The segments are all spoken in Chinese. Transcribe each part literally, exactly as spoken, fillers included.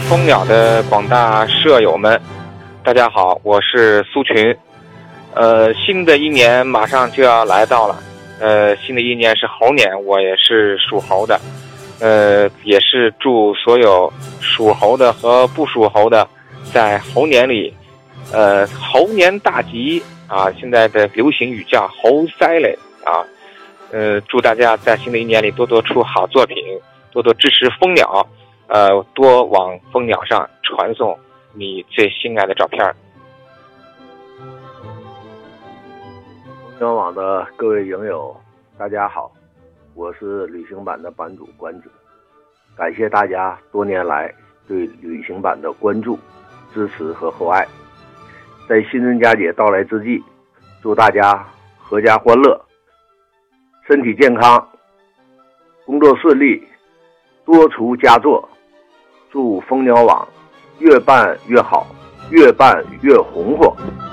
蜂鸟的广大舍友们，大家好，我是苏群。呃，新的一年马上就要来到了，呃，新的一年是猴年，我也是属猴的，呃，也是祝所有属猴的和不属猴的，在猴年里，呃，猴年大吉啊！现在的流行语叫猴塞嘞啊，呃，祝大家在新的一年里多多出好作品，多多支持蜂鸟。呃，多往蜂鸟上传送你最心爱的照片。 蜂鸟网的各位影友，大家好，我是旅行版的版主关子，感谢大家多年来对旅行版的关注、支持和厚爱。在新春佳节到来之际，祝大家阖家欢乐，身体健康，工作顺利，多出佳作。祝蜂鸟网越办越好，越办越红火。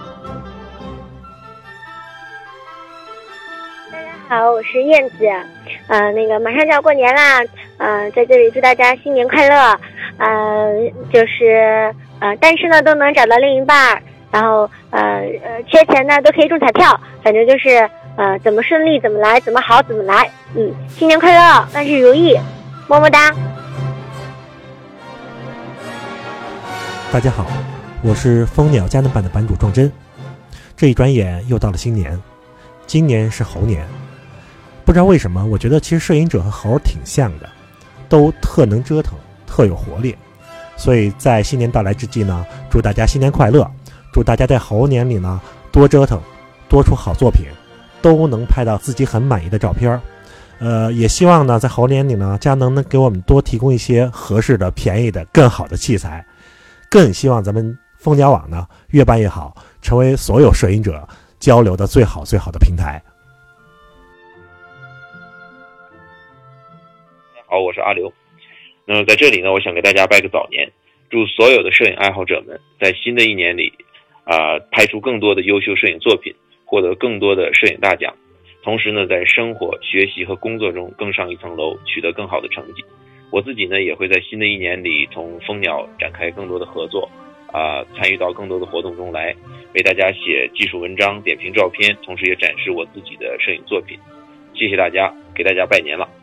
大家好，我是燕子，呃，那个马上就要过年啦，呃，在这里祝大家新年快乐，呃，就是呃单身的都能找到另一半，然后呃呃缺钱的都可以中彩票，反正就是呃怎么顺利怎么来，怎么好怎么来，嗯，新年快乐，万事如意，么么哒。 大家好，我是蜂鸟佳能版的版主壮真。这一转眼又到了新年，今年是猴年。不知道为什么，我觉得其实摄影者和猴挺像的，都特能折腾，特有活力。所以在新年到来之际呢，祝大家新年快乐，祝大家在猴年里呢多折腾，多出好作品，都能拍到自己很满意的照片。呃，也希望呢在猴年里呢，佳能能给我们多提供一些合适的、便宜的、更好的器材。更希望咱们蜂鸟网呢越办越好，成为所有摄影者交流的最好最好的平台。 好，我是阿刘。那么在这里呢，我想给大家拜个早年，祝所有的摄影爱好者们在新的一年里啊、呃，拍出更多的优秀摄影作品，获得更多的摄影大奖，同时呢，在生活、学习和工作中更上一层楼，取得更好的成绩。我自己呢也会在新的一年里同蜂鸟展开更多的合作，啊、呃，参与到更多的活动中来，为大家写技术文章、点评照片，同时也展示我自己的摄影作品。谢谢大家，给大家拜年了。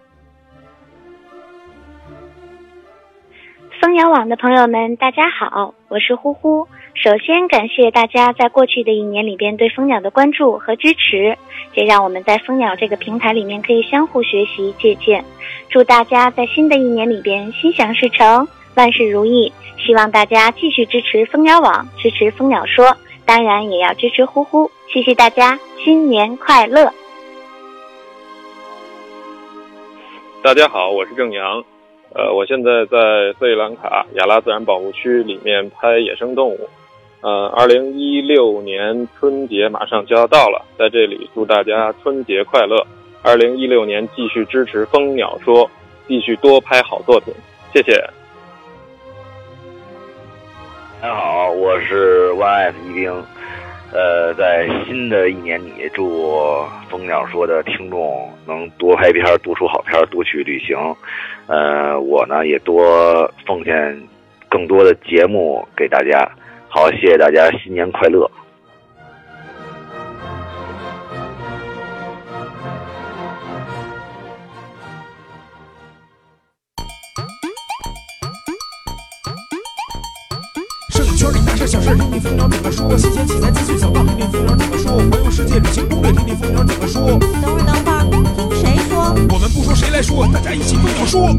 蜂鸟网的朋友们，大家好，我是呼呼。首先感谢大家在过去的一年里边对蜂鸟的关注和支持，也让我们在蜂鸟这个平台里面可以相互学习借鉴。祝大家在新的一年里边心想事成，万事如意。希望大家继续支持蜂鸟网，支持蜂鸟说，当然也要支持呼呼。谢谢大家，新年快乐！ 大家好，我是郑阳。呃，我现在在斯里兰卡亚拉自然保护区里面拍野生动物。呃，二零一六年春节马上就要到了，在这里祝大家春节快乐。二零一六年继续支持蜂鸟说，继续多拍好作品，谢谢。 大家好，我是 Y F 一兵。呃，在新的一年里，祝蜂鸟说的听众能多拍片，多出好片，多去旅行。呃，我呢也多奉献更多的节目给大家。好，谢谢大家，新年快乐。 摄影圈里大事小事，听听蜂鸟怎么说。新鲜器材资讯小道，听听蜂鸟怎么说。环游世界旅行攻略，听听蜂鸟怎么说。 等会儿，等会儿，听谁说？ 我们不说谁来说，大家一起蜂鸟说。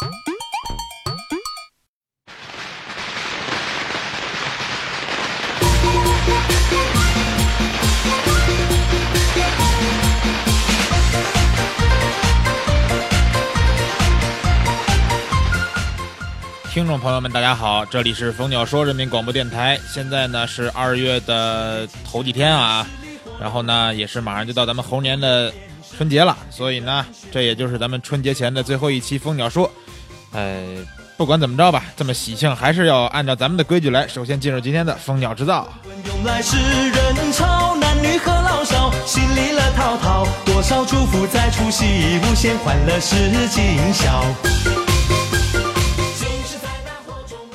听众朋友们大家好，这里是蜂鸟说人民广播电台。现在呢是二月的头几天啊，然后呢也是马上就到咱们猴年的春节了，所以呢这也就是咱们春节前的最后一期蜂鸟说。呃不管怎么着吧，这么喜庆还是要按照咱们的规矩来。首先进入今天的蜂鸟制造。 用来是人潮，男女和老少，心里乐滔滔，多少祝福在除夕，无限欢乐是今宵。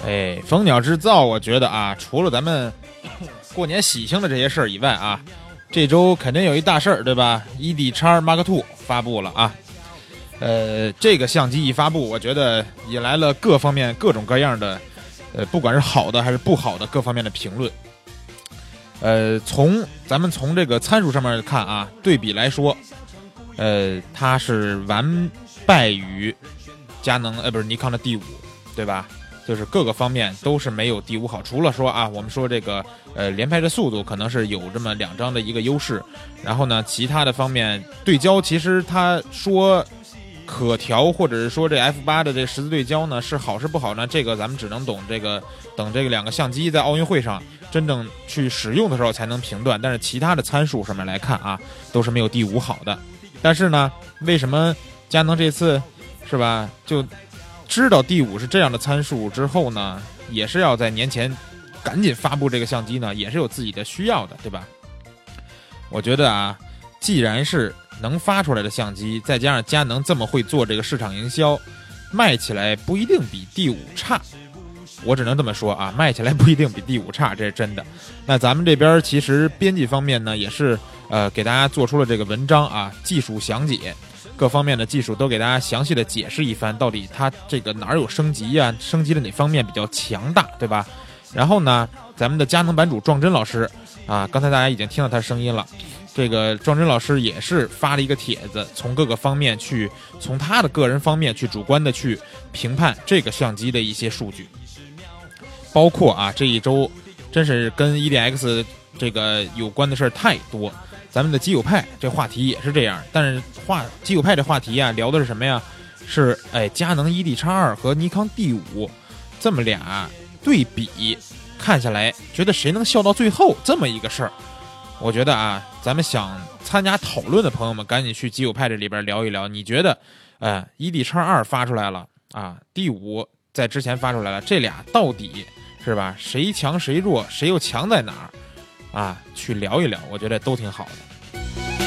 哎，蜂鸟制造，我觉得啊，除了咱们过年喜庆的这些事儿以外啊，这周肯定有一大事儿，对吧 ？E D X Mark 二发布了啊。呃，这个相机一发布，我觉得引来了各方面各种各样的，呃，不管是好的还是不好的各方面的评论。呃，从咱们从这个参数上面看啊，对比来说，呃，它是完败于佳能，呃，不是尼康的 D 五，对吧？就是各个方面都是没有 D 五好，除了说啊，我们说这个呃连拍的速度可能是有这么两张的一个优势，然后呢，其他的方面对焦，其实他说可调或者是说这 F 八 的这十字对焦呢是好是不好呢？这个咱们只能懂这个等这个两个相机在奥运会上真正去使用的时候才能评断。但是其他的参数上面来看啊，都是没有 D 五好的。但是呢，为什么佳能这次是吧就知道 D 五是这样的参数之后呢，也是要在年前赶紧发布这个相机呢，也是有自己的需要的，对吧？我觉得啊，既然是能发出来的相机，再加上佳能这么会做这个市场营销，卖起来不一定比 D 五差。我只能这么说啊，卖起来不一定比 D 五差，这是真的。那咱们这边其实编辑方面呢，也是呃给大家做出了这个文章啊，技术详解，各方面的技术都给大家详细的解释一番，到底它这个哪儿有升级呀、啊，升级的哪方面比较强大，对吧？然后呢，咱们的佳能版主壮真老师啊，刚才大家已经听到他声音了。这个壮真老师也是发了一个帖子，从各个方面去，从他的个人方面去主观的去评判这个相机的一些数据，包括啊这一周真是跟 E D X 这个有关的事儿太多。咱们的基友派这话题也是这样，但是话基友派这话题啊，聊的是什么呀？是哎佳能 E D X 二和尼康 D 五这么俩对比，看下来觉得谁能笑到最后这么一个事儿。我觉得啊，咱们想参加讨论的朋友们，赶紧去基友派这里边聊一聊。你觉得，呃 ，E D X 二发出来了啊 ，D 五在之前发出来了，这俩到底是吧？谁强谁弱，谁又强在哪儿啊？去聊一聊，我觉得都挺好的。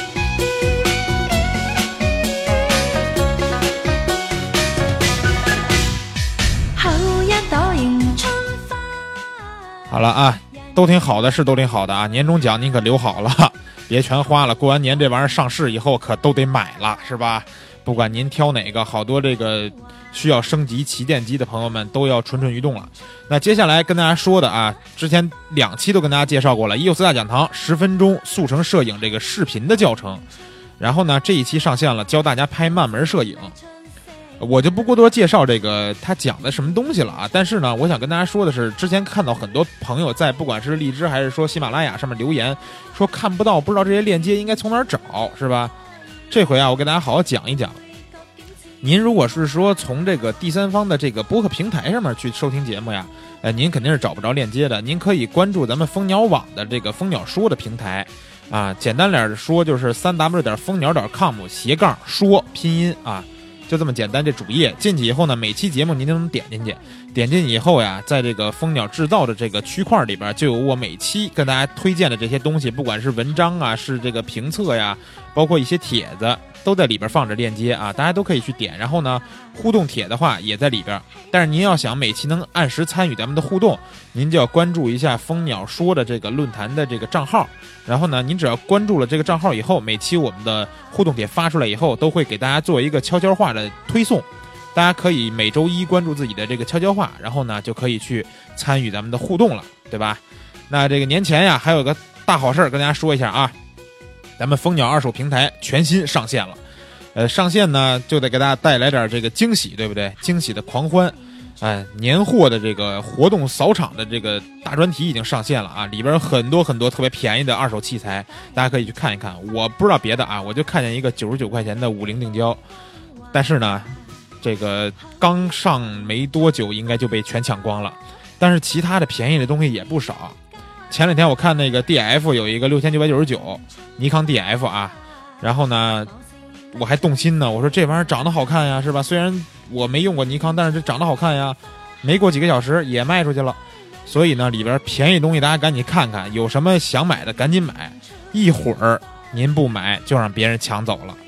好了啊。都挺好的，是都挺好的啊！年终奖您可留好了，别全花了。过完年这玩意儿上市以后可都得买了，是吧？不管您挑哪个，好多这个需要升级旗舰机的朋友们都要蠢蠢欲动了。那接下来跟大家说的啊，之前两期都跟大家介绍过了 E O S 大讲堂十分钟速成摄影这个视频的教程，然后呢这一期上线了，教大家拍慢门摄影。我就不过多介绍这个他讲的什么东西了啊，但是呢我想跟大家说的是，之前看到很多朋友在不管是荔枝还是说喜马拉雅上面留言说看不到，不知道这些链接应该从哪儿找，是吧？这回啊我给大家好好讲一讲。您如果是说从这个第三方的这个播客平台上面去收听节目呀，呃您肯定是找不着链接的。您可以关注咱们蜂鸟网的这个蜂鸟说的平台啊，简单点说就是三 w 点蜂鸟点 com 斜杠说拼音啊，就这么简单。这主页进去以后呢，每期节目您都能点进去，点进以后呀，在这个蜂鸟制造的这个区块里边，就有我每期跟大家推荐的这些东西，不管是文章啊，是这个评测呀，包括一些帖子，都在里边放着链接啊，大家都可以去点。然后呢，互动帖的话也在里边。但是您要想每期能按时参与咱们的互动，您就要关注一下蜂鸟说的这个论坛的这个账号。然后呢，您只要关注了这个账号以后，每期我们的互动帖发出来以后，都会给大家做一个悄悄话的推送。大家可以每周一关注自己的这个悄悄话，然后呢就可以去参与咱们的互动了，对吧？那这个年前呀，还有个大好事跟大家说一下啊，咱们蜂鸟二手平台全新上线了。呃，上线呢就得给大家带来点这个惊喜，对不对？惊喜的狂欢。哎，年货的这个活动扫场的这个大专题已经上线了啊，里边很多很多特别便宜的二手器材，大家可以去看一看。我不知道别的啊，我就看见一个九十九块钱的五菱定焦，但是呢这个刚上没多久应该就被全抢光了，但是其他的便宜的东西也不少。前两天我看那个 D F 有一个六千九百九十九，尼康 D F 啊，然后呢我还动心呢，我说这玩意儿长得好看呀，是吧？虽然我没用过尼康，但是这长得好看呀。没过几个小时也卖出去了，所以呢里边便宜东西大家赶紧看看，有什么想买的赶紧买，一会儿您不买就让别人抢走了。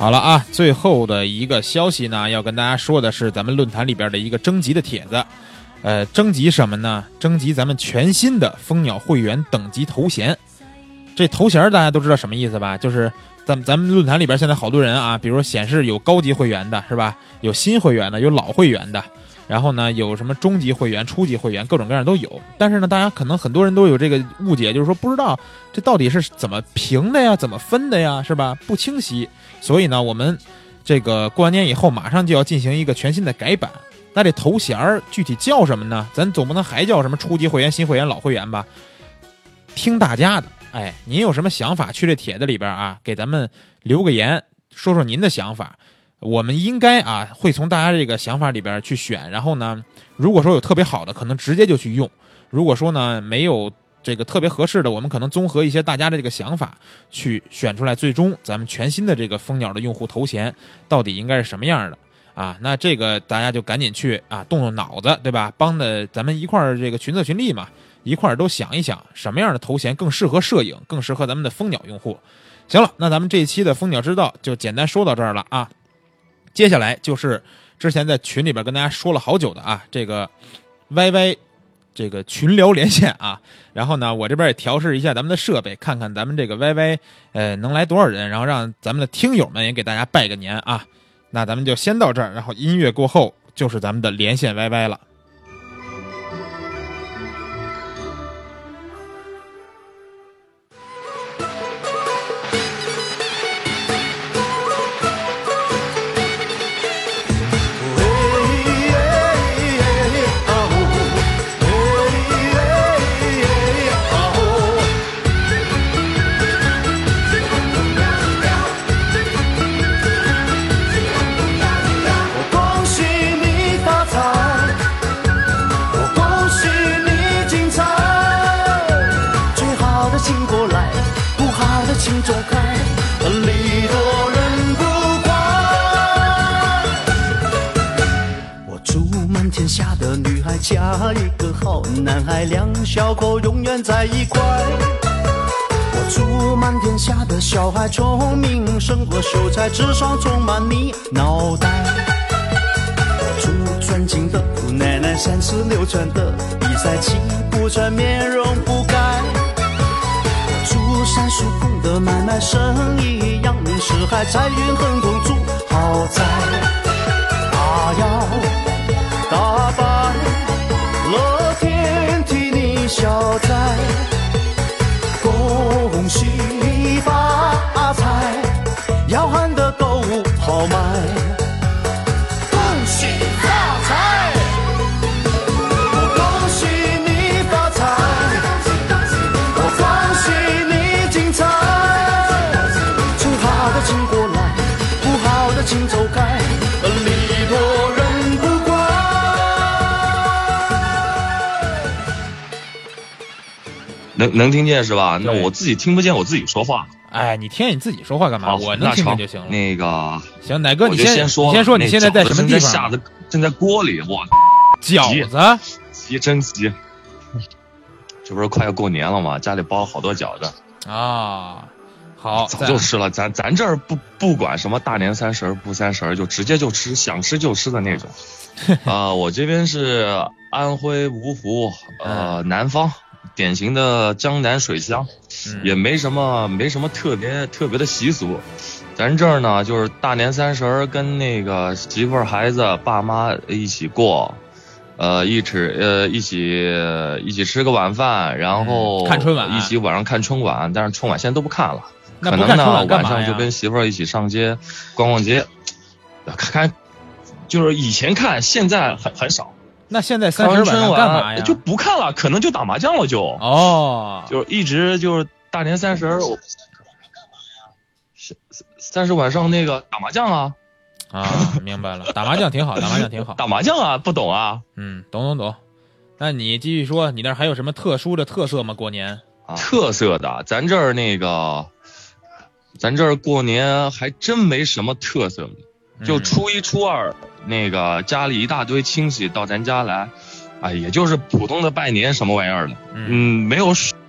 好了啊，最后的一个消息呢，要跟大家说的是咱们论坛里边的一个征集的帖子，呃，征集什么呢？征集咱们全新的蜂鸟会员等级头衔。这头衔大家都知道什么意思吧？就是咱们咱们论坛里边现在好多人啊，比如说显示有高级会员的是吧？有新会员的，有老会员的。然后呢，有什么中级会员、初级会员，各种各样都有。但是呢，大家可能很多人都有这个误解，就是说不知道这到底是怎么评的呀，怎么分的呀，是吧？不清晰。所以呢，我们这个过完年以后，马上就要进行一个全新的改版。那这头衔具体叫什么呢？咱总不能还叫什么初级会员、新会员、老会员吧？听大家的，哎，您有什么想法，去这帖子里边啊，给咱们留个言，说说您的想法。我们应该啊，会从大家这个想法里边去选，然后呢，如果说有特别好的，可能直接就去用；如果说呢没有这个特别合适的，我们可能综合一些大家的这个想法去选出来，最终咱们全新的这个蜂鸟的用户头衔到底应该是什么样的啊？那这个大家就赶紧去啊，动动脑子，对吧？帮着咱们一块儿这个群策群力嘛，一块儿都想一想什么样的头衔更适合摄影，更适合咱们的蜂鸟用户。行了，那咱们这一期的蜂鸟之道就简单说到这儿了啊。接下来就是之前在群里边跟大家说了好久的啊，这个 Y Y 这个群聊连线啊，然后呢，我这边也调试一下咱们的设备，看看咱们这个 Y Y 呃能来多少人，然后让咱们的听友们也给大家拜个年啊。那咱们就先到这儿，然后音乐过后就是咱们的连线 Y Y 了。 嫁一个好男孩，两小口永远在一块。我祝满天下的小孩聪明，胜过秀才，智商充满你脑袋。祝尊敬的姑奶奶三十六圈的比赛气不喘，面容不改。祝三叔公的买卖生意扬名四海，财运亨通，祝好在大摇大摆，乐天替你消灾，恭喜发财，要喊得够豪迈，恭喜发财，我恭喜你发财，我恭喜你精彩，请好的请过来，不好的请走开，礼多人不怪。 能能听见是吧？那我自己听不见我自己说话。 哎，你听见你自己说话干嘛？我能听见就行了。 那个， 行，奶哥，你先说，你先说，你现在在什么地方？ 下的正在锅里，我饺子， 急真急。这不是快要过年了吗？家里包好多饺子啊。好， 早就吃了。咱咱这儿不不管什么大年三十不三十，就直接就吃，想吃就吃的那种。啊、呃，我这边是安徽芜湖，呃，南方。典型的江南水乡，也没什么没什么特别特别的习俗。咱这儿呢，就是大年三十跟那个媳妇儿、孩子、爸妈一起过，呃，一起呃一起一起吃个晚饭，然后看春晚， 一起晚上看春晚。但是春晚现在都不看了， 可能呢晚上就跟媳妇儿一起上街逛逛街，看看，就是以前看，现在很很少。 那现在三十晚上干嘛呀？ 就不看了，可能就打麻将了就。 哦， 就是一直就是大年三十，三十晚上那个打麻将啊。 啊，明白了，打麻将挺好，打麻将挺好。 打麻将啊，不懂啊？ 嗯，懂懂懂。那你继续说，你那儿还有什么特殊的特色吗？过年？ 啊、特色的，咱这儿那个，咱这儿过年还真没什么特色。就初一初二，那个家里一大堆亲戚到咱家来，哎，也就是普通的拜年什么玩意儿的，嗯，没有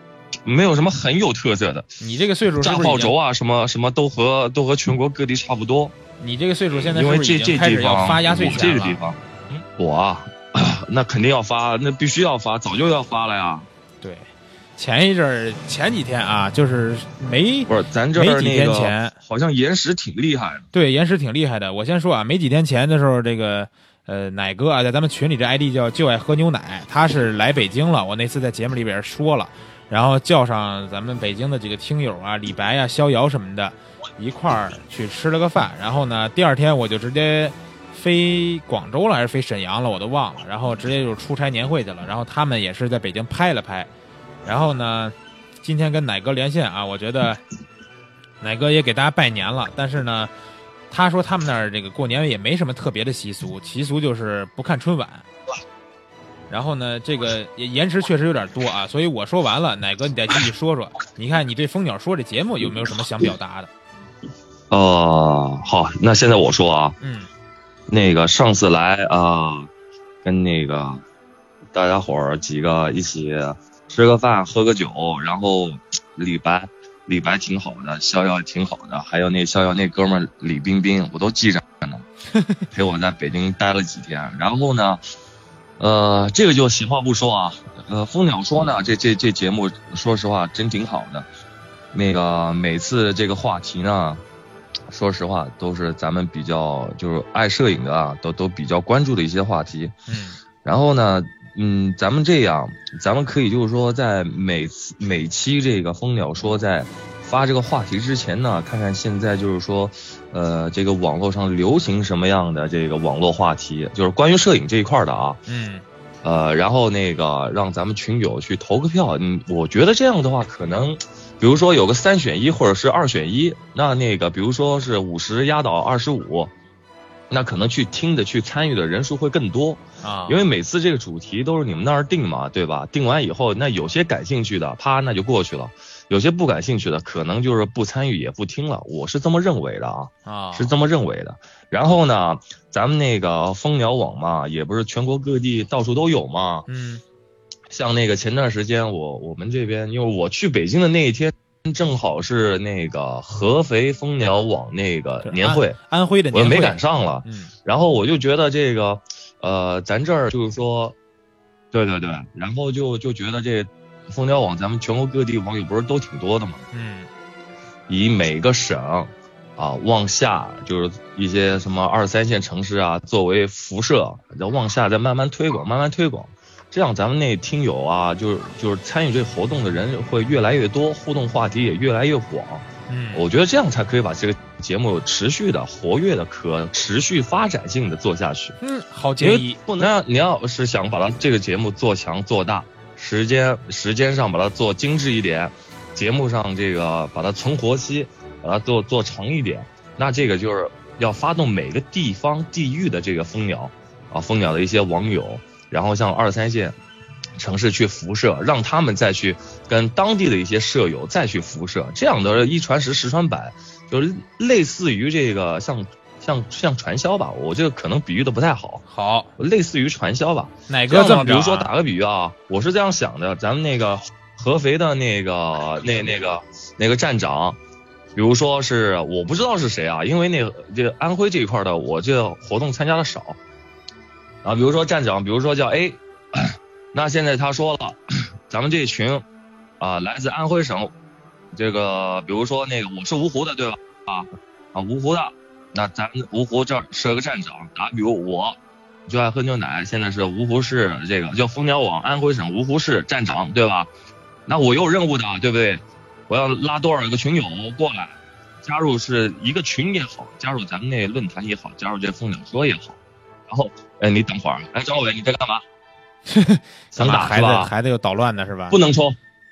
没有什么很有特色的。 你这个岁数是炸不是已经爆轴啊，什么什么都和都和全国各地差不多。 你这个岁数现在是因为不是已这经开始要这地方， 发压岁我这钱了？ 个地方，嗯，我啊，那肯定要发，那必须要发，早就要发了呀。 对，前一阵儿前几天啊，就是没不是咱这儿没几那个天前， 好像延时挺厉害的。 对，延时挺厉害的。我先说啊，没几天前的时候，这个呃奶哥啊，在咱们群里这 I D 叫就爱喝牛奶，他是来北京了。我那次在节目里边说了，然后叫上咱们北京的几个听友啊，李白啊、逍遥什么的，一块儿去吃了个饭。然后呢，第二天我就直接飞广州了，还是飞沈阳了，我都忘了。然后直接就出差年会去了。然后他们也是在北京拍了拍。然后呢，今天跟奶哥连线啊，我觉得奶哥也给大家拜年了。但是呢，他说他们那儿这个过年也没什么特别的习俗，习俗就是不看春晚。然后呢，这个也延迟确实有点多啊，所以我说完了，奶哥你再继续说说，你看你对蜂鸟说这节目有没有什么想表达的？ 哦、呃，好，那现在我说啊， 嗯， 那个上次来啊、呃，跟那个大家伙儿几个一起吃个饭喝个酒，然后李白李白挺好的，逍遥也挺好的，还有那逍遥那哥们儿李冰冰我都记着呢，陪我在北京待了几天。然后呢呃这个就闲话不说啊，呃蜂鸟说呢这这这节目说实话真挺好的，那个每次这个话题呢说实话都是咱们比较就是爱摄影的啊，都都比较关注的一些话题。 嗯， 然后呢嗯，咱们这样，咱们可以就是说，在每次每期这个蜂鸟说在发这个话题之前呢，看看现在就是说，呃，这个网络上流行什么样的这个网络话题，就是关于摄影这一块的啊。 嗯。 呃，然后那个让咱们群友去投个票，嗯，我觉得这样的话，可能，比如说有个三选一或者是二选一，那那个比如说是五十压倒二十五。那可能去听的去参与的人数会更多啊， 因为每次这个主题都是你们那儿定嘛，对吧？定完以后，那有些感兴趣的，啪，那就过去了；有些不感兴趣的，可能就是不参与也不听了。我是这么认为的啊， 啊， 是这么认为的。然后呢，咱们那个蜂鸟网嘛，也不是全国各地到处都有嘛， 嗯， 像那个前段时间我我们这边，因为我去北京的那一天。正好是那个合肥蜂鸟网那个年会， 安, 安徽的年会， 我没赶上了。 嗯， 然后我就觉得这个，呃，咱这儿就是说，对对对，然后就就觉得这蜂鸟网，咱们全国各地网友不是都挺多的嘛。 嗯， 以每个省啊往下，就是一些什么二三线城市啊作为辐射，然后往下再慢慢推广，慢慢推广。这样咱们那听友啊，就是就是参与这活动的人会越来越多，互动话题也越来越广。 嗯， 我觉得这样才可以把这个节目持续的、活跃的、可持续发展性的做下去。 嗯，好建议。 不能，你要是想把它这个节目做强做大，时间时间上把它做精致一点，节目上这个把它存活期，把它做做长一点，那这个就是要发动每个地方地域的这个蜂鸟啊，蜂鸟的一些网友。然后像二三线城市去辐射，让他们再去跟当地的一些舍友再去辐射，这样的一传十十传百，就是类似于这个像像像传销吧，我这个可能比喻的不太好， 好， 类似于传销吧。 哪个这么比如说打个比喻啊，我是这样想的，咱们那个合肥的那个那那个那个站长，比如说是我不知道是谁啊，因为那个这个安徽这一块的我这活动参加的少。啊，比如说站长，比如说叫 A， 那现在他说了，咱们这群啊来自安徽省，这个比如说那个我是芜湖的对吧？啊啊芜湖的，那咱芜湖这儿设个站长，打比如我就爱喝牛奶，现在是芜湖市这个叫蜂鸟网安徽省芜湖市站长对吧？那我有任务的对不对？我要拉多少个群友过来，加入是一个群也好，加入咱们那论坛也好，加入这蜂鸟说也好。然后，哎，你等会儿，哎，张伟，你在干嘛？想打孩子，孩子又捣乱的是吧？ 不能抽。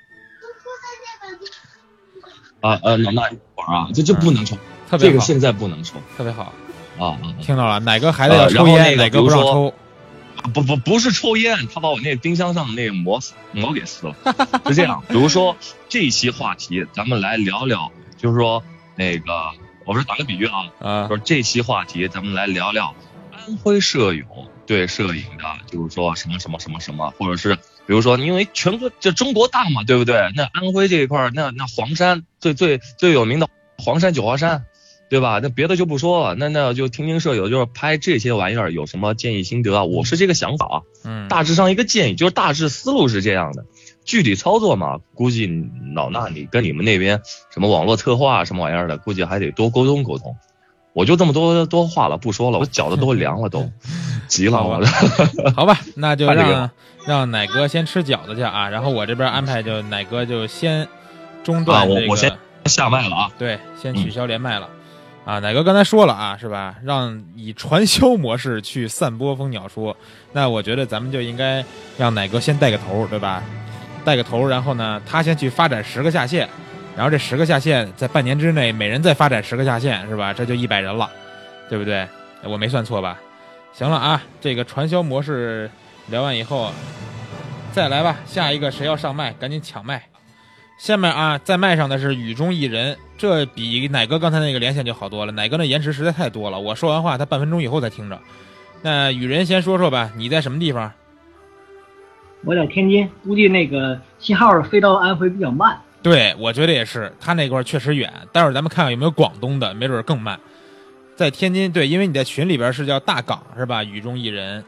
啊呃，那那一会儿啊，这就不能抽， 特别好， 这个现在不能抽， 特别好啊！ 听到了，哪个孩子要抽烟，哪个不让抽？ 不不不是抽烟，他把我那冰箱上的那个膜膜给撕了。是这样，比如说这一期话题，咱们来聊聊，就是说那个，我是打个比喻啊， 啊， 说这期话题，咱们来聊聊。安徽舍友对摄影的，就是说什么什么什么什么，或者是比比如说，因为全国这中国大嘛，对不对？那安徽这一块，那那黄山最最最有名的黄山九华山，对吧？那别的就不说了，那那就听听舍友就是拍这些玩意儿有什么建议心得啊？我是这个想法， 嗯， 大致上一个建议，就是大致思路是这样的，具体操作嘛，估计老衲你跟你们那边什么网络策划什么玩意儿的，估计还得多沟通沟通。我就这么多多话了，不说了，我脚都都凉了都，急了我。 好吧，那就让让奶哥先吃饺子去啊，然后我这边安排就奶哥就先中断这个， 啊、我我先下麦了啊， 对，先取消连麦了。嗯、啊，奶哥刚才说了啊，是吧？让以传销模式去散播蜂鸟说，那我觉得咱们就应该让奶哥先带个头，对吧？带个头，然后呢，他先去发展十个下线。然后这十个下线在半年之内每人再发展十个下线，是吧？这就一百人了，对不对？我没算错吧？行了啊，这个传销模式聊完以后再来吧，下一个谁要上麦赶紧抢麦。下面啊在麦上的是雨中一人，这比奶哥刚才那个连线就好多了，奶哥那延迟实在太多了，我说完话他半分钟以后才听着。那雨人先说说吧，你在什么地方？ 我在天津，估计那个信号飞到安徽比较慢。 对，我觉得也是，他那块确实远，待会儿咱们看看有没有广东的，没准更慢。在天津，对，因为你在群里边是叫大港是吧？雨中一人。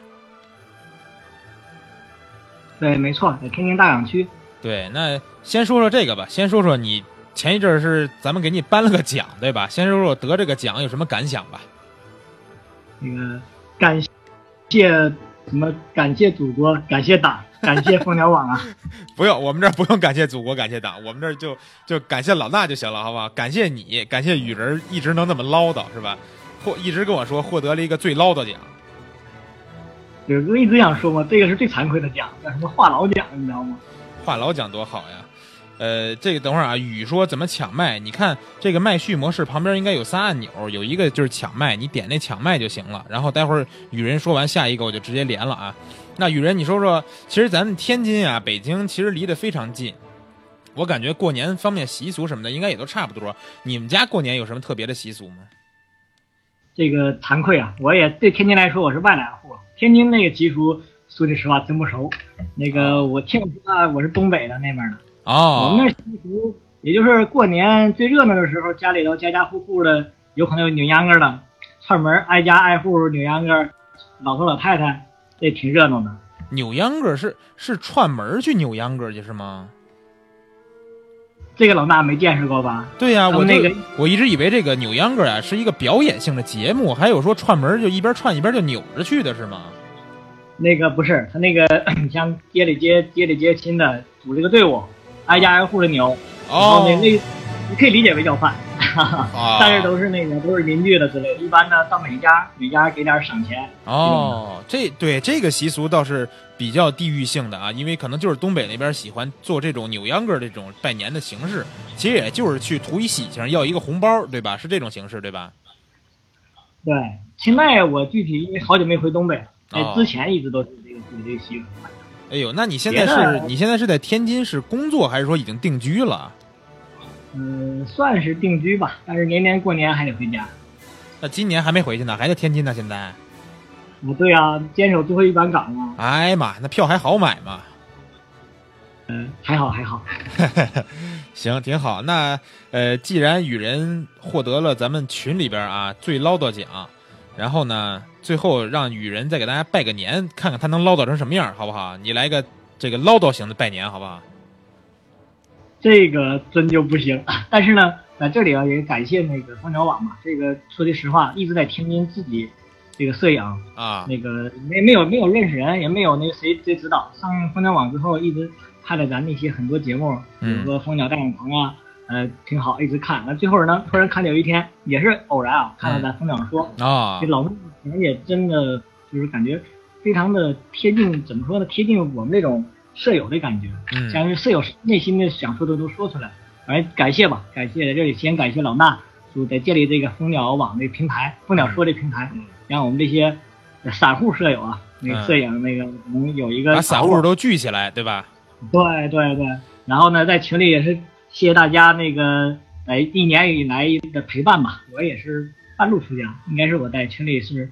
对，没错，在天津大港区。 对，那先说说这个吧，先说说你前一阵是咱们给你颁了个奖，对吧？先说说得这个奖有什么感想吧。 那个感谢什么？感谢祖国，感谢党。感谢蜂鸟网啊！ 不用，我们这儿不用感谢祖国，感谢党，我们这儿就就感谢老衲就行了，好不好？感谢你，感谢雨人一直能那么唠叨，是吧？获一直跟我说获得了一个最唠叨奖。 有哥一直想说嘛，这个是最惭愧的奖，叫什么话痨奖，你知道吗？ 话痨奖多好呀！呃，这个等会儿啊，雨说怎么抢麦？你看这个麦序模式旁边应该有仨按钮，有一个就是抢麦，你点那抢麦就行了。然后待会儿雨人说完下一个我就直接连了啊。那雨人你说说，其实咱们天津啊、北京其实离得非常近，我感觉过年方面习俗什么的应该也都差不多。你们家过年有什么特别的习俗吗？ 这个惭愧啊，我也对天津来说我是外来户，天津那个习俗说句实话真不熟。那个我听说我是东北的那边的。 哦， 我们那习俗也就是过年最热闹的时候，家里头家家户户的有可能有扭秧歌的，串门挨家挨户扭秧歌，老头老太太这挺热闹的。 扭秧歌是是串门去扭秧歌去是吗？ 这个老大没见识过吧？ 对呀、啊，我那个我一直以为这个扭秧歌啊是一个表演性的节目，还有说串门就一边串一边就扭着去的是吗？ 那个不是，他那个像街里接街里接亲的组这个队伍。挨家挨户的扭，然后那那你可以理解为要饭， 哦、 但是都是那个都是邻居的之类的。一般呢，到每家每家给点赏钱。 哦，这对这个习俗倒是比较地域性的啊，因为可能就是东北那边喜欢做这种扭秧歌这种拜年的形式，其实也就是去图一喜庆，要一个红包，对吧？是这种形式，对吧？ 对，现在我具体因为好久没回东北了，哎、 哦， 之前一直都是这个这个习俗。 哎呦，那你现在是你现在是在天津是工作还是说已经定居了？ 嗯，算是定居吧，但是年年过年还得回家。 那今年还没回去呢，还在天津呢？现在？ 啊，对呀、啊，坚守最后一班岗啊。 哎妈，那票还好买吗？ 嗯、呃，还好还好。 行，挺好。那呃，既然雨人获得了咱们群里边啊最唠叨奖，然后呢？最后让雨人再给大家拜个年，看看他能唠叨成什么样，好不好？你来个这个唠叨型的拜年，好不好？ 这个真就不行。但是呢，在这里啊，也感谢那个蜂鸟网嘛。这个说句实话，一直在天津自己这个摄影啊， 那个没没有没有认识人，也没有那个谁谁指导。上蜂鸟网之后，一直看了咱那些很多节目，比如说蜂鸟大讲堂啊。呃，挺好，一直看。那最后呢，突然看见有一天，也是偶然啊，看到咱蜂鸟说啊， 这老木也真的就是感觉非常的贴近，怎么说呢？贴近我们这种舍友的感觉， 嗯， 像是舍友内心的想说的都说出来。反正感谢吧，感谢在这里先感谢老衲，就在建立这个蜂鸟网的平台，蜂鸟说的平台，让我们这些散户舍友啊，那个摄影那个能有一个把散户都聚起来，对吧？ 对对对，然后呢，在群里也是。谢谢大家那个呃一年以来的陪伴吧，我也是半路出家，应该是我在群里是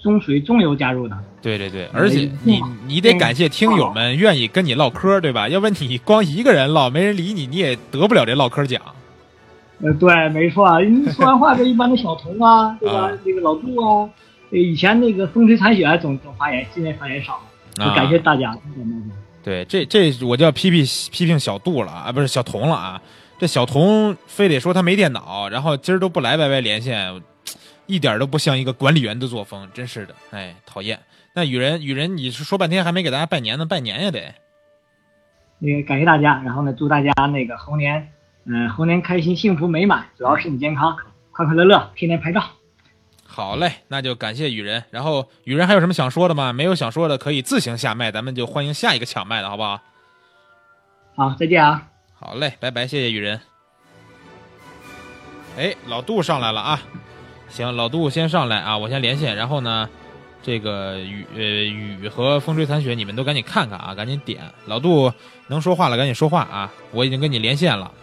中属于中游加入的。 对对对，而且你你得感谢听友们愿意跟你唠嗑，对吧？要不然你光一个人唠，没人理你，你也得不了这唠嗑奖。 呃，对，没错。你说完话，这一般的小童啊，对吧？这个老杜啊，以前那个风吹残雪总总发言，现在发言少，就感谢大家。啊、 对，这这我就要批评批评小杜了啊，不是小童了啊。这小童非得说他没电脑，然后今儿都不来 Y Y 连线，一点都不像一个管理员的作风，真是的，哎，讨厌。那雨人雨人，你是说半天还没给大家拜年呢，拜年也得。 那个感谢大家，然后呢，祝大家那个猴年，嗯、呃，猴年开心、幸福、美满，主要身体健康，快快乐乐，天天拍照。 好嘞，那就感谢雨人。然后雨人还有什么想说的吗？没有想说的可以自行下麦，咱们就欢迎下一个抢麦的好不好？ 好，再见啊。 好嘞，拜拜，谢谢雨人。哎，老杜上来了啊！行，老杜先上来啊，我先连线，然后呢，这个雨呃雨和风吹残雪你们都赶紧看看啊，赶紧点。老杜能说话了，赶紧说话啊！我已经跟你连线了。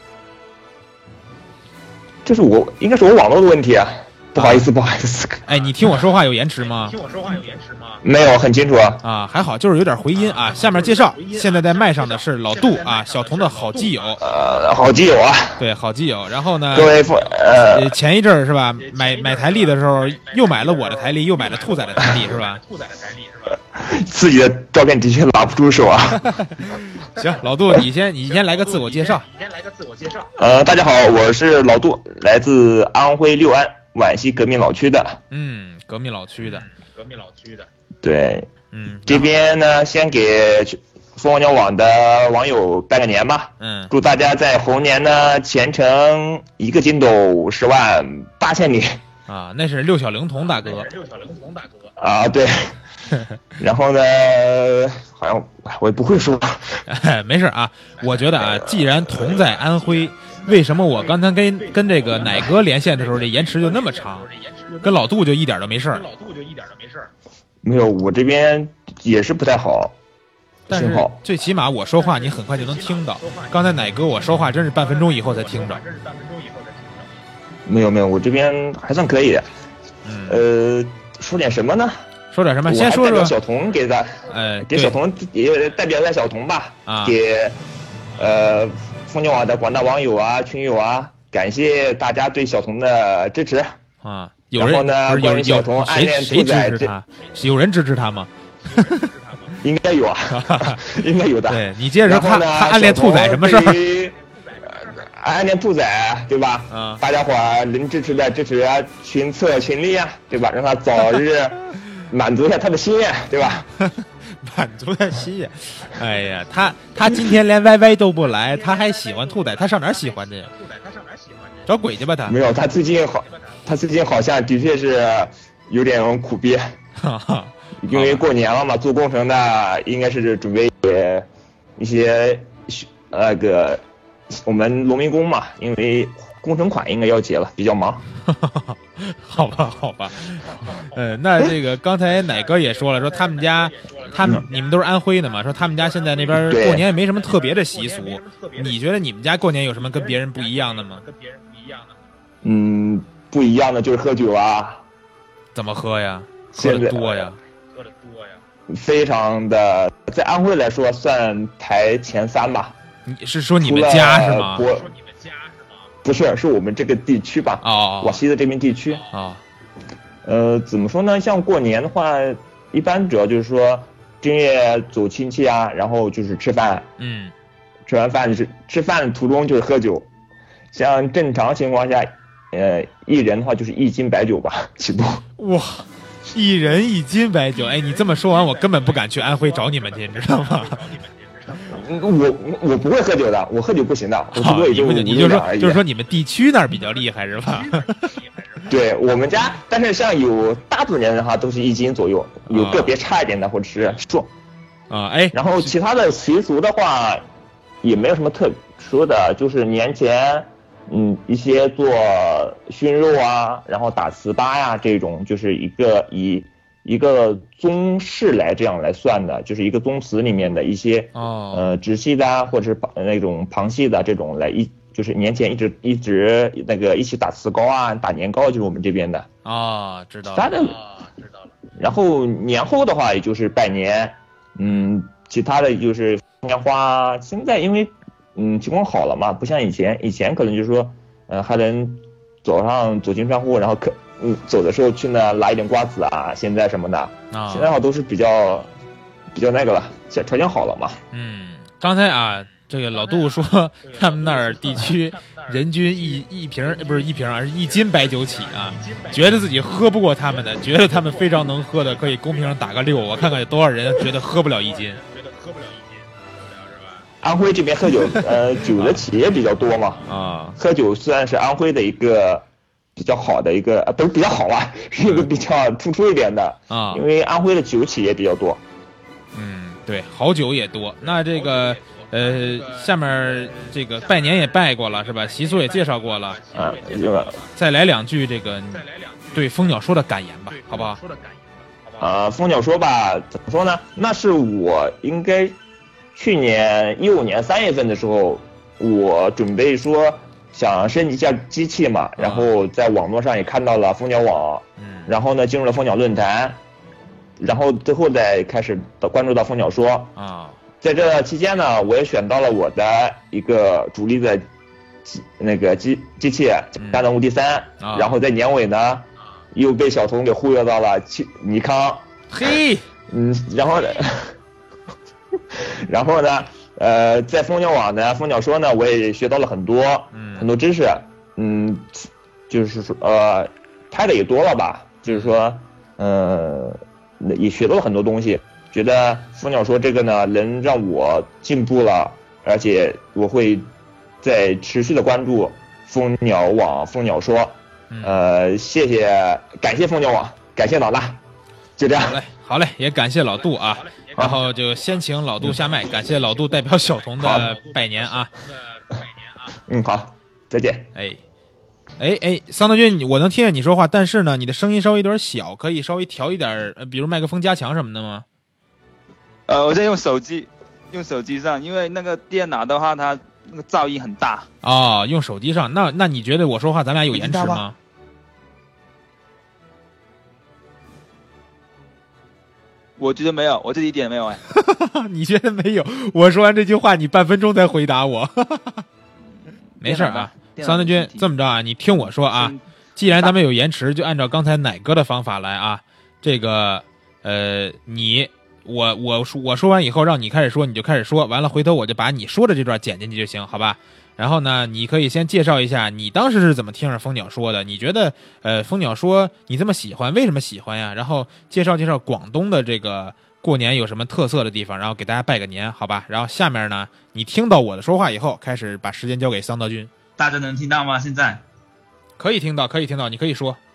这是我应该是我网络的问题啊，不好意思，不好意思。 哎，你听我说话有延迟吗？ 听我说话有延迟吗？没有，很清楚啊。 啊，还好，就是有点回音啊。下面介绍，现在在麦上的是老杜啊，小童的好基友。 呃，好基友啊。 对，好基友。然后呢， 各位呃， 前一阵儿是吧，买买台历的时候，又买了我的台历，又买了兔仔的台历，是吧？兔仔的台历是吧？ 自己的照片的确拿不出手啊。 行，老杜，你先你先来个自我介绍。 你先来个自我介绍。呃，大家好，我是老杜，来自安徽六安皖西革命老区的。 嗯，革命老区的，革命老区的。 对， 嗯， 这边呢，先给蜂鸟网的网友拜个年吧。 嗯， 祝大家在猴年呢前程一个筋斗十万八千里。 啊，那是六小龄童大哥。 六小龄童大哥。啊，对。然后呢，好像我也不会说。 没事啊，我觉得啊，既然同在安徽，为什么我刚才跟跟这个奶哥连线的时候，这延迟就那么长？跟老杜就一点都没事儿。老杜就一点都没事儿。没有，我这边也是不太好。 但是最起码我说话你很快就能听到。刚才奶哥我说话真是半分钟以后才听着。 没有没有，我这边还算可以。 嗯、 呃，说点什么呢？ 说点什么？先说说小童给咱， 呃， 给小童也代表一下小童吧。 啊， 给呃蜂鸟网的广大网友啊、群友啊，感谢大家对小童的支持啊。有人呢，关于小童暗恋兔仔， 谁支持他？有人支持他吗？ 应该有啊，应该有的。 对你接着说，他他暗恋兔仔什么事儿？ 暗恋兔仔，对吧？ 嗯， 大家伙儿能支持的支持啊，群策群力啊，对吧？让他早日满足一下他的心愿，对吧？ 满足他心愿。哎呀，他他今天连 Y Y 都不来，他还喜欢兔仔，他上哪儿喜欢去？兔仔他上哪儿喜欢去？找鬼去吧他。 没有，他最近好，他最近好像的确是有点苦逼。因为过年了嘛，做工程的应该是准备一些那个我们农民工嘛，因为工程款应该要结了，比较忙。 好吧，好吧。呃，那这个刚才奶哥也说了，说他们家，他们、嗯、你们都是安徽的嘛，说他们家现在那边过年也没什么特别的习俗。你觉得你们家过年有什么跟别人不一样的吗？跟别人不一样的。 嗯，不一样的就是喝酒啊。 怎么喝呀？喝得多呀。喝得多呀。 非常的，在安徽来说算排前三吧。 你是说你们家是吗？ 说你们家是吗？不是，是我们这个地区吧？ 哦， 广西的这边地区啊。哦、 呃，怎么说呢？像过年的话，一般主要就是说正月走亲戚啊，然后就是吃饭。 嗯。 吃完饭就是吃饭途中就是喝酒，像正常情况下，呃，一人的话就是一斤白酒吧起步。 哇！一人一斤白酒，哎，你这么说完，我根本不敢去安徽找你们去，你知道吗？ 我我不会喝酒的，我喝酒不行的，我最多也就你就说就是说你们地区那儿比较厉害是吧？ 对我们家，但是像有大部分人的话都是一斤左右，有个别差一点的或者是数啊，哎， 然后其他的习俗的话也没有什么特殊的，就是年前嗯一些做熏肉啊，然后打糍粑呀这种，就是一个以。一个宗室来这样来算的，就是一个宗祠里面的一些哦呃直系的或者是那种旁系的这种来一就是年前一直一直那个一起打糍糕啊打年糕，就是我们这边的啊、哦、知道了， 他的、 哦、知道了。 然后年后的话，也就是拜年，嗯，其他的就是年花。现在因为嗯情况好了嘛，不像以前，以前可能就是说，呃，还能走上走进窗户，然后可嗯走的时候去那拿一点瓜子啊，现在什么的，啊、现在的话都是比较比较那个了，现条件好了嘛。 嗯，刚才啊，这个老杜说他们那儿地区人均一一瓶不是一瓶啊，是一斤白酒起啊，觉得自己喝不过他们的，觉得他们非常能喝的，可以公屏上打个六，我看看有多少人觉得喝不了一斤。 安徽这边喝酒，呃，酒的企业比较多嘛，啊，喝酒算是安徽的一个比较好的一个，呃，不是比较好吧，是一个比较突出一点的啊，因为安徽的酒企业比较多。 嗯，对，好酒也多。那这个，呃，下面这个拜年也拜过了是吧？习俗也介绍过了，啊，这个再来两句这个对蜂鸟说的感言吧，好不好？ 啊，蜂鸟说吧，怎么说呢？那是我应该。去年一五年三月份的时候，我准备说想升级一下机器嘛，然后在网络上也看到了蜂鸟网，然后呢进入了蜂鸟论坛，然后最后再开始关注到蜂鸟说啊。在这期间呢，我也选到了我的一个主力的机那个机机器大能无敌三，然后在年尾呢又被小童给忽悠到了尼康， 嘿， 嗯，然后。然后呢，呃，在蜂鸟网呢，蜂鸟说呢，我也学到了很多，嗯，很多知识，嗯，就是说，呃，拍的也多了吧，就是说，呃，也学到了很多东西，觉得蜂鸟说这个呢，能让我进步了，而且我会再持续的关注蜂鸟网、蜂鸟说，呃，谢谢，感谢蜂鸟网，感谢老大，就这样。 好嘞，好嘞，也感谢老杜啊。然后就先请老杜下麦，感谢老杜代表小童的拜年啊！ 嗯，好，再见。 哎，哎哎，桑德军，我能听见你说话，但是呢，你的声音稍微有点小，可以稍微调一点，比如麦克风加强什么的吗？ 呃，我在用手机，用手机上，因为那个电脑的话，它那个噪音很大。 哦，用手机上，那那你觉得我说话咱俩有延迟吗？ 我觉得没有，我这里一点没有哎。 你觉得没有？我说完这句话，你半分钟才回答我。没事啊，桑德军，这么着啊，你听我说啊，既然咱们有延迟，就按照刚才奶哥的方法来啊。这个呃，你我我说我说完以后，让你开始说，你就开始说，完了回头我就把你说的这段剪进去就行，好吧？然后呢，你可以先介绍一下你当时是怎么听着蜂鸟说的，你觉得呃蜂鸟说你这么喜欢，为什么喜欢呀？然后介绍介绍广东的这个过年有什么特色的地方，然后给大家拜个年，好吧？然后下面呢，你听到我的说话以后，开始把时间交给桑德军。 大家能听到吗？现在可以听到，可以听到，你可以说。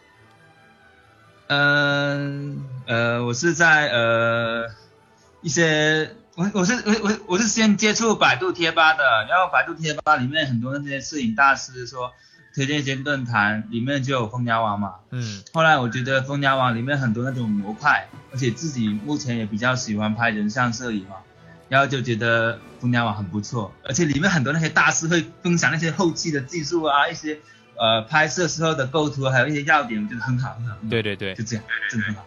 嗯 呃, 呃，我是在呃一些。我我是我我我是先接触百度贴吧的，然后百度贴吧里面很多那些摄影大师说推荐一些论坛，里面就有蜂鸟网嘛。嗯。后来我觉得蜂鸟网里面很多那种模块，而且自己目前也比较喜欢拍人像摄影嘛，然后就觉得蜂鸟网很不错，而且里面很多那些大师会分享那些后期的技术啊，一些呃拍摄时候的构图，还有一些要点，我觉得很好很好。 对对对， 就这样，真的很好。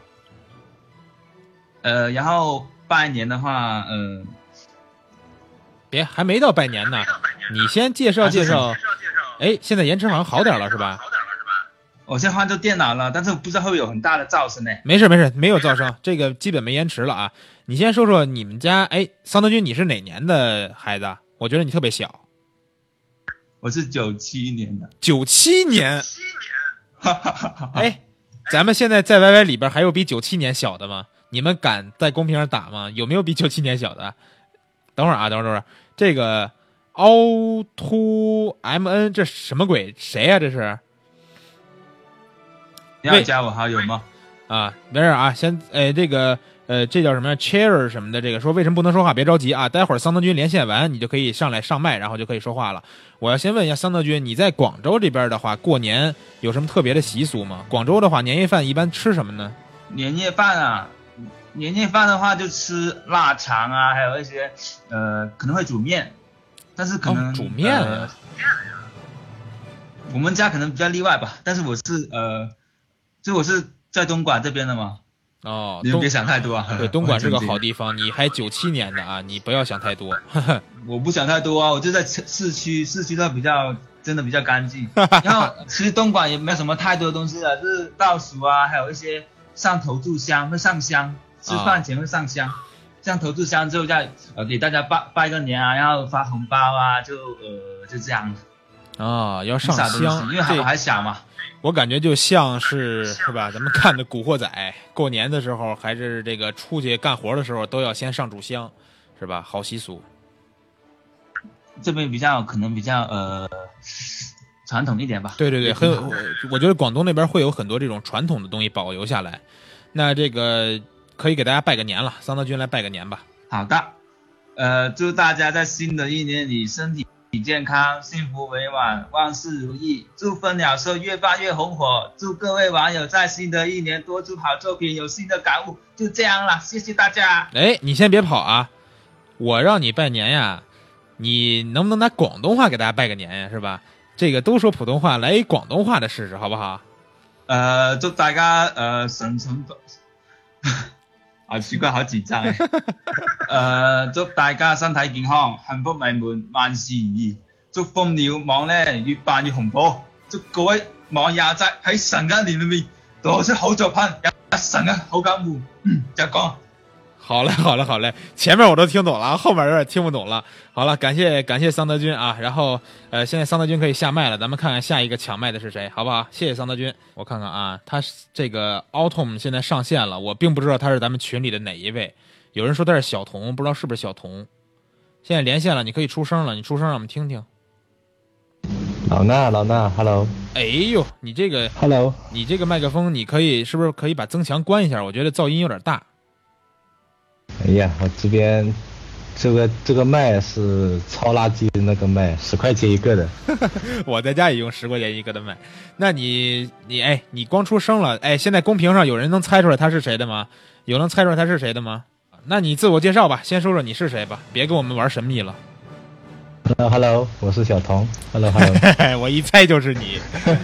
呃，然后。拜年的话，嗯、呃， 别还没到拜年呢，你先介绍介绍。哎，现在延迟好像好点了是吧？ 我现在换成电脑了，但是不知道会有很大的噪声呢。 没事没事，没有噪声，这个基本没延迟了啊。你先说说你们家，哎，桑德军，你是哪年的孩子？我觉得你特别小。 我是九七年的。 九七年。哎，咱们现在在 Y Y 里边还有比九七年小的吗？你们敢在公屏上打吗？有没有比九七年小的？等会儿啊，等会儿，等会儿，这个凹凸 M N 这什么鬼？谁呀、啊？这是？ 你要加我好友吗？ 啊，没事啊，先呃这个呃这叫什么 chair 什么的，这个说为什么不能说话？别着急啊，待会儿桑德军连线完，你就可以上来上麦，然后就可以说话了。我要先问一下桑德军，你在广州这边的话，过年有什么特别的习俗吗？广州的话，年夜饭一般吃什么呢？ 年夜饭啊。年夜饭的话就吃腊肠啊，还有一些呃可能会煮面，但是可能、 哦、煮面、啊呃、 我们家可能比较例外吧，但是我是呃就我是在东莞这边的嘛， 哦， 你们别想太多啊。 对，东莞是个好地方，你还九七年的啊，你不要想太多。 我不想太多啊，我就在市区，市区它比较真的比较干净。然后其实东莞也没有什么太多的东西了，就是倒数啊，还有一些上头炷香，会上香，吃饭前会上香。啊这样投注箱之后再呃给大家拜拜个年啊，然后发红包啊，就呃就这样。 啊，要上香， 因为还还小嘛。 我感觉就像是是吧？咱们看的《古惑仔》，过年的时候还是这个出去干活的时候，都要先上炷香，是吧？好习俗。 这边比较可能比较呃传统一点吧。 对对对，很有，我觉得广东那边会有很多这种传统的东西保留下来。那这个。可以给大家拜个年了，桑德军来拜个年吧。 好的，呃，祝大家在新的一年里身体健康，幸福美满，万事如意。祝蜂鸟社越办越红火，祝各位网友在新的一年多出好作品，有新的感悟。就这样了，谢谢大家。 哎，你先别跑啊，我让你拜年呀，你能不能拿广东话给大家拜个年呀？是吧？这个都说普通话，来一广东话的试试，好不好？ 呃，祝大家呃生存。好奇怪，好緊張誒！誒，祝大家身體健康，幸福美滿，萬事如意。祝蜂鳥網咧越辦越紅火。祝各位網友仔喺新嘅一年裏面做出好作品，有神嘅好感悟。嗯，就講。 好嘞，好嘞，好嘞，前面我都听懂了，后面有点听不懂了。好了，感谢感谢桑德军啊，然后呃，现在桑德军可以下麦了，咱们看看下一个抢麦的是谁，好不好？谢谢桑德军。我看看啊，他这个 Autumn 现在上线了，我并不知道他是咱们群里的哪一位，有人说他是小童，不知道是不是小童。现在连线了，你可以出声了，你出声让我们听听。 老衲，老衲 ，Hello。 哎呦，你这个 Hello， 你这个麦克风，你可以是不是可以把增强关一下？我觉得噪音有点大。 哎呀，我这边这个这个麦是超垃圾的那个麦，十块钱一个的。 我在家也用十块钱一个的麦。那你你哎，你光出声了，哎，现在公屏上有人能猜出来他是谁的吗？有能猜出来他是谁的吗？那你自我介绍吧，先说说你是谁吧，别跟我们玩神秘了。 Hello Hello， 我是小童。Hello Hello， 我一猜就是你。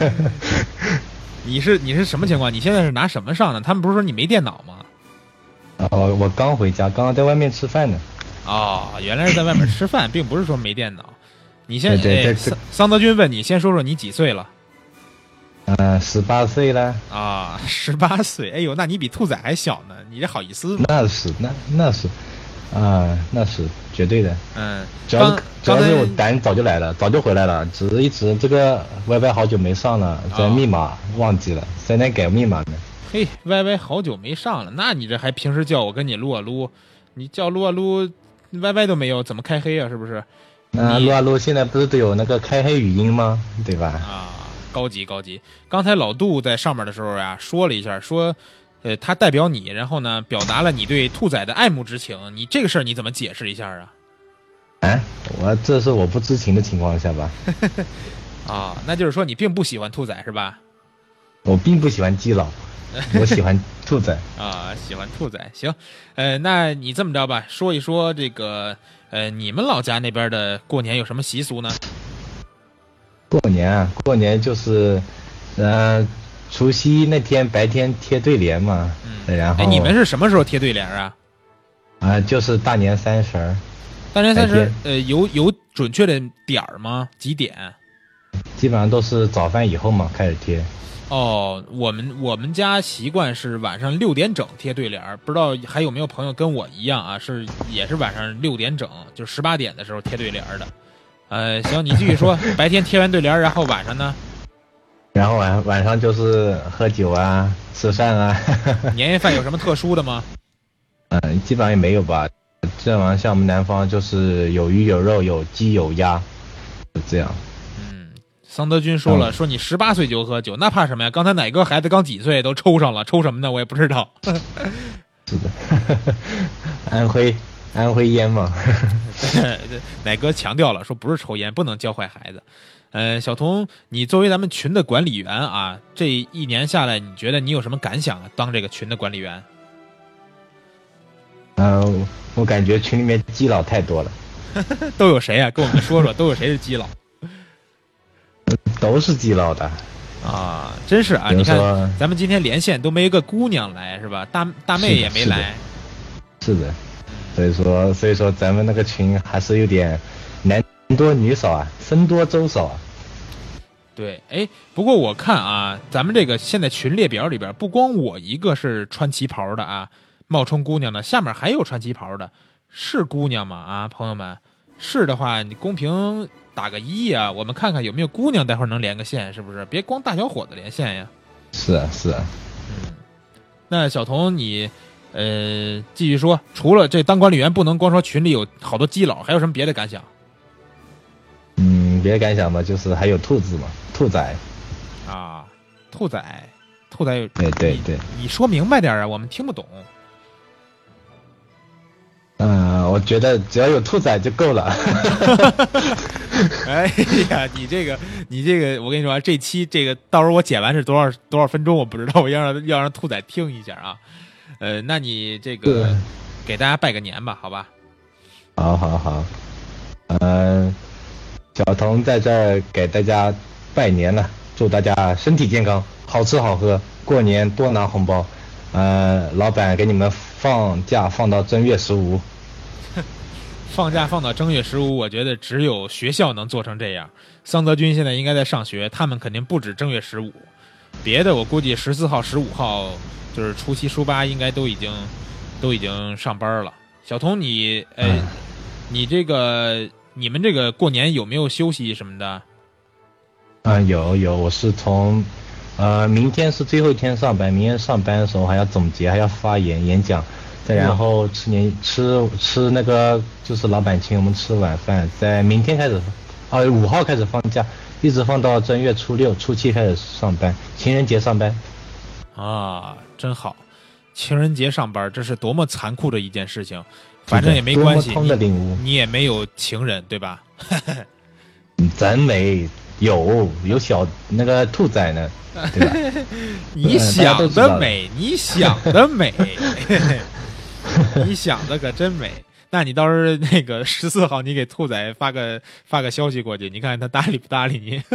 你是你是什么情况？你现在是拿什么上的？他们不是说你没电脑吗？ 哦，我刚回家，刚刚在外面吃饭呢。 哦，原来是在外面吃饭，并不是说没电脑。你先， 对对对， 桑桑德军问你，先说说你几岁了？ 呃，十八岁了。 啊，十八岁，哎呦，那你比兔仔还小呢，你这好意思吗？ 那是，那那是，啊，那是绝对的。 嗯， 主要是主要是我单早就来了，早就回来了，只是一直这个 Y Y 好久没上了，这密码忘记了，现在改密码呢。 嘿 ，Y Y 好久没上了，那你这还平时叫我跟你撸啊撸，你叫撸啊撸 ，Y Y 都没有，怎么开黑啊？是不是？ 啊，撸啊撸现在不是都有那个开黑语音吗？对吧？ 啊，高级高级。刚才老杜在上面的时候呀、啊，说了一下，说，呃，他代表你，然后呢，表达了你对兔仔的爱慕之情。你这个事儿你怎么解释一下啊？ 啊，我这是我不知情的情况下吧？ 啊，那就是说你并不喜欢兔仔是吧？ 我并不喜欢基佬。我喜欢兔仔啊，喜欢兔仔，行，呃，那你这么着吧，说一说这个，呃，你们老家那边的过年有什么习俗呢？ 过年啊，过年就是，呃，除夕那天白天贴对联嘛，嗯，然后， 哎，你们是什么时候贴对联啊？ 啊，就是大年三十儿。 大年三十，呃，有有准确的点儿吗？几点？ 基本上都是早饭以后嘛，开始贴。 哦，我们我们家习惯是晚上六点整贴对联，不知道还有没有朋友跟我一样啊？是也是晚上六点整，就是十八点的时候贴对联的。呃，行，你继续说，白天贴完对联，然后晚上呢？ 然后晚晚上就是喝酒啊，吃饭啊。 年夜饭有什么特殊的吗？ 嗯，基本上也没有吧。这玩意像我们南方就是有鱼有肉有鸡有鸭，就这样。 桑德军说了，说你十八岁就喝酒，那怕什么呀？刚才哪个孩子刚几岁都抽上了，抽什么呢？我也不知道。 是的，安徽安徽烟嘛。 奶哥强调了，说不是抽烟，不能教坏孩子。呃，小童，你作为咱们群的管理员啊，这一年下来，你觉得你有什么感想啊？当这个群的管理员？ 嗯、呃，我感觉群里面基佬太多了。 都有谁啊？跟我们说说，都有谁是基佬？ 都是基佬的， 啊，真是啊！你看，咱们今天连线都没一个姑娘来，是吧？大大妹也没来。 是的，所以说，所以说咱们那个群还是有点男多女少啊，僧多粥少啊。 对，哎，不过我看啊，咱们这个现在群列表里边，不光我一个是穿旗袍的啊，冒充姑娘的，下面还有穿旗袍的，是姑娘吗？啊，朋友们，是的话，你公屏打个一啊，我们看看有没有姑娘，待会儿能连个线，是不是？别光大小伙子连线呀。 是啊，是啊。 嗯，那小童你，呃，继续说，除了这当管理员不能光说群里有好多基佬，还有什么别的感想？ 嗯，别的感想吧，就是还有兔子嘛，兔仔。 啊，兔仔，兔仔有。 对对对。 你说明白点啊，我们听不懂。 嗯、呃，我觉得只要有兔仔就够了。 哎呀，你这个，你这个，我跟你说啊，这期这个到时候我剪完是多少多少分钟，我不知道，我要让要让兔仔听一下啊。呃，那你这个给大家拜个年吧，好吧？ 好好好，嗯、呃，小童在这儿给大家拜年了，祝大家身体健康，好吃好喝，过年多拿红包。呃，老板给你们放假放到正月十五。 放假放到正月十五，我觉得只有学校能做成这样。桑德军现在应该在上学，他们肯定不止正月十五，别的我估计十四号、十五号就是初七、初八，应该都已经都已经上班了。小童你，呃、哎，你这个你们这个过年有没有休息什么的？ 啊、呃，有有，我是从呃明天是最后一天上班，明天上班的时候还要总结，还要发言演讲。再然后吃年吃吃那个就是老板请我们吃晚饭，在明天开始，啊五号开始放假，一直放到正月初六、初七开始上班，情人节上班。 啊，真好，情人节上班，这是多么残酷的一件事情。反正也没关系， 你, 你也没有情人，对吧？ 真没有有小那个兔仔呢，对吧？ 你想得美，你想得美。你想的可真美，那你到时候那个十四号，你给兔仔发个发个消息过去，你看他搭理不搭理你？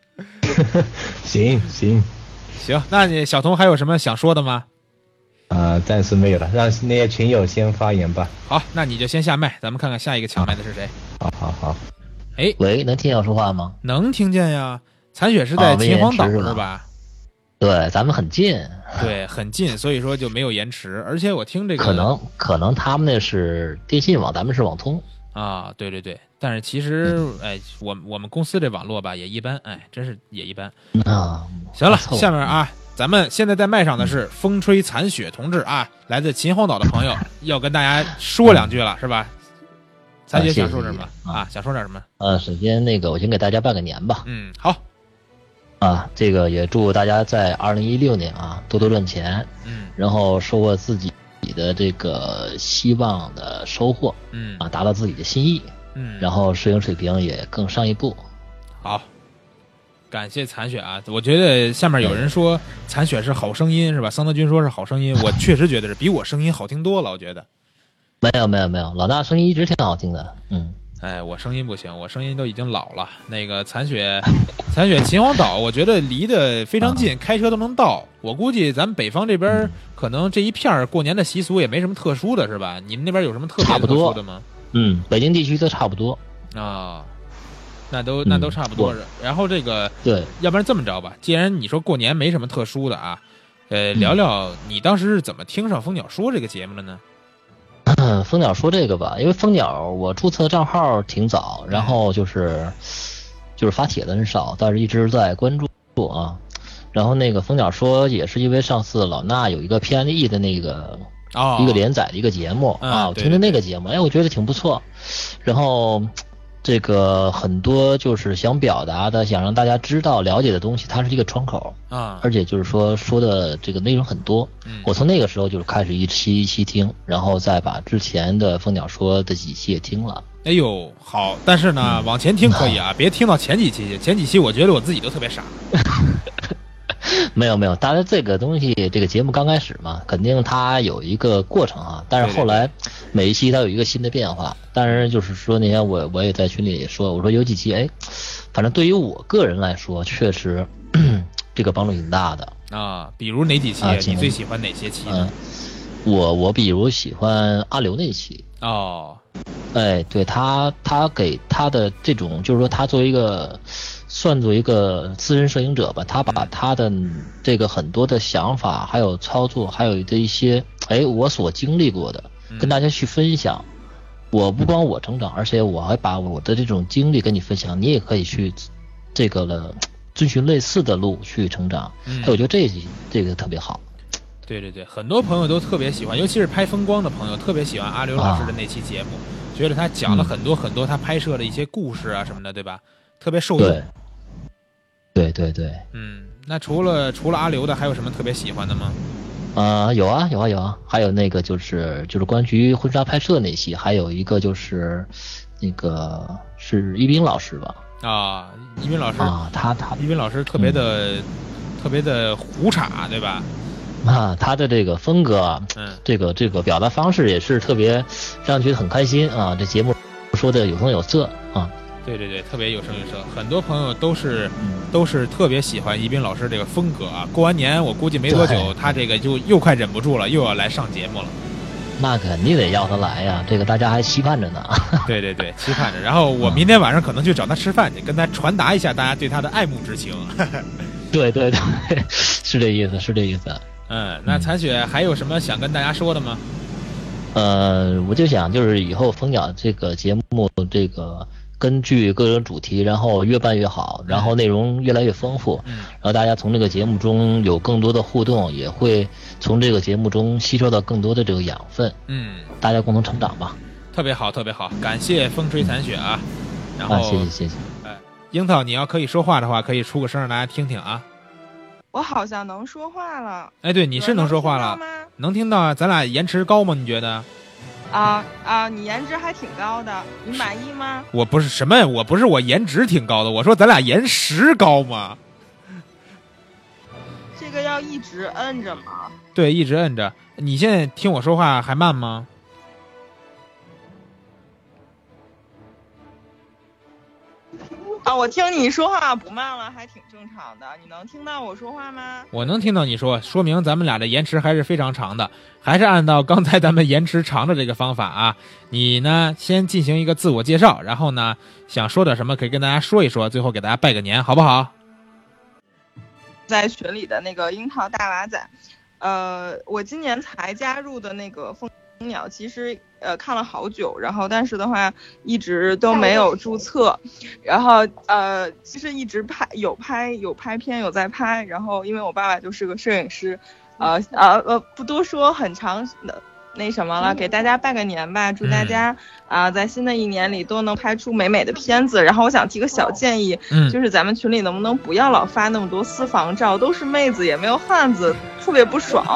行行行，那你小童还有什么想说的吗？ 啊、呃，暂时没有了，让那些群友先发言吧。 好，那你就先下麦，咱们看看下一个抢麦的是谁。 好好好。 哎， 喂，能听见我说话吗？ 能听见呀。残雪是在秦皇岛、哦、是吧？ 对，咱们很近。 对，很近，所以说就没有延迟。而且我听这个， 可能可能他们那是电信网，咱们是网通啊。对对对，但是其实，嗯、哎，我我们公司这网络吧也一般，哎，真是也一般啊。 行了，下面啊，咱们现在在麦上的是风吹残雪同志啊，来自秦皇岛的朋友，要跟大家说两句了，是吧？残雪想说什么啊？啊想说点什么？ 呃，首先那个，我先给大家拜个年吧。 嗯，好。 啊，这个也祝大家在二零一六年啊多多赚钱， 嗯， 然后收获自己的这个希望的收获， 嗯， 啊，达到自己的心意， 嗯， 然后摄影水平也更上一步。 好，感谢残雪啊！我觉得下面有人说残雪是好声音是吧？桑德军说是好声音，我确实觉得是比我声音好听多了，我觉得。 没有没有没有，老大声音一直挺好听的，嗯。 哎，我声音不行，我声音都已经老了。那个残雪，残雪秦皇岛，我觉得离得非常近，开车都能到。我估计咱们北方这边可能这一片过年的习俗也没什么特殊的，是吧？你们那边有什么特别特殊的吗？ 嗯，北京地区都差不多啊，那都那都差不多。嗯、然后这个对， 要不然这么着吧，既然你说过年没什么特殊的啊，呃，聊聊你当时是怎么听上蜂鸟说这个节目的呢？ 嗯，蜂鸟说这个吧，因为蜂鸟我注册账号挺早，然后就是就是发帖的很少，但是一直在关注啊。然后那个蜂鸟说也是因为上次老衲有一个 P N E 的那个、哦、一个连载的一个节目、 嗯、 啊，我听的那个节目，哎，我觉得挺不错。然后这个很多就是想表达的、想让大家知道、了解的东西，它是一个窗口啊， 而且就是说说的这个内容很多。 嗯， 我从那个时候就是开始一期一期听，然后再把之前的蜂鸟说的几期也听了。 哎呦，好，但是呢，嗯、往前听可以啊，别听到前几期，前几期我觉得我自己都特别傻。 没有没有，当然这个东西，这个节目刚开始嘛，肯定它有一个过程啊。但是后来每一期它有一个新的变化。当然就是说那天我我也在群里也说，我说有几期哎，反正对于我个人来说，确实这个帮助挺大的啊。比如哪几期？ 啊、 你最喜欢哪些期呢？ 嗯，我我比如喜欢阿刘那期哦。 哎，对他，他给他的这种，就是说，他作为一个，算作一个资深摄影者吧，他把他的这个很多的想法，还有操作，还有的一些，哎，我所经历过的，跟大家去分享。我不光我成长，而且我还把我的这种经历跟你分享，你也可以去这个了，遵循类似的路去成长。 嗯， 我觉得这这个特别好。 对对对，很多朋友都特别喜欢，尤其是拍风光的朋友，特别喜欢阿刘老师的那期节目。啊，觉得他讲了很多很多他拍摄的一些故事啊什么的，对吧？特别受用。 对，对对对。 嗯，那除了除了阿刘的，还有什么特别喜欢的吗？ 啊、呃，有啊有啊有啊，还有那个就是就是关于婚纱拍摄那期，还有一个就是那个是一斌老师吧？ 啊，一斌老师啊，他他一斌老师特别的、嗯、特别的胡岔，对吧？ 啊，他的这个风格， 嗯， 这个这个表达方式也是特别让人觉得很开心啊。这节目说的有声有色啊。 对对对，特别有声有色，很多朋友都是、嗯、都是特别喜欢宜宾老师这个风格啊。过完年我估计没多久，他这个就又快忍不住了，又要来上节目了。 那肯定得要他来呀，这个大家还期盼着呢。 对对对，期盼着。然后我明天晚上可能去找他吃饭去，跟他传达一下大家对他的爱慕之情。 对对对，是这意思，是这意思。 嗯，那残雪还有什么想跟大家说的吗？ 呃，我就想就是以后蜂鸟这个节目，这个根据各种主题，然后越办越好，然后内容越来越丰富， 嗯， 然后大家从这个节目中有更多的互动，也会从这个节目中吸收到更多的这个养分， 嗯， 大家共同成长吧。 特别好，特别好，感谢风吹残雪啊！然后、 啊、谢谢谢谢。 哎，樱桃，你要可以说话的话，可以出个声让大家听听啊。 我好像能说话了。 哎，对，你是能说话了，能听到啊？咱俩延迟高吗？你觉得？ 啊啊！你颜值还挺高的，你满意吗？ 我不是什么，我不是我颜值挺高的，我说咱俩延时高吗？ 这个要一直摁着吗？ 对，一直摁着。你现在听我说话还慢吗？ 啊，我听你说话不慢了，还挺正常的。你能听到我说话吗？ 我能听到你说，说明咱们俩的延迟还是非常长的，还是按照刚才咱们延迟长的这个方法啊。你呢，先进行一个自我介绍，然后呢，想说点什么可以跟大家说一说，最后给大家拜个年，好不好？ 在群里的那个樱桃大娃仔，呃，我今年才加入的那个蜂鸟，其实呃看了好久，然后但是的话一直都没有注册，然后呃其实一直拍有拍有拍片有在拍，然后因为我爸爸就是个摄影师，呃呃呃不多说，很长的那什么了，给大家拜个年吧，祝大家啊、呃、在新的一年里都能拍出美美的片子。然后我想提个小建议， 嗯， 就是咱们群里能不能不要老发那么多私房照，都是妹子也没有汉子，特别不爽。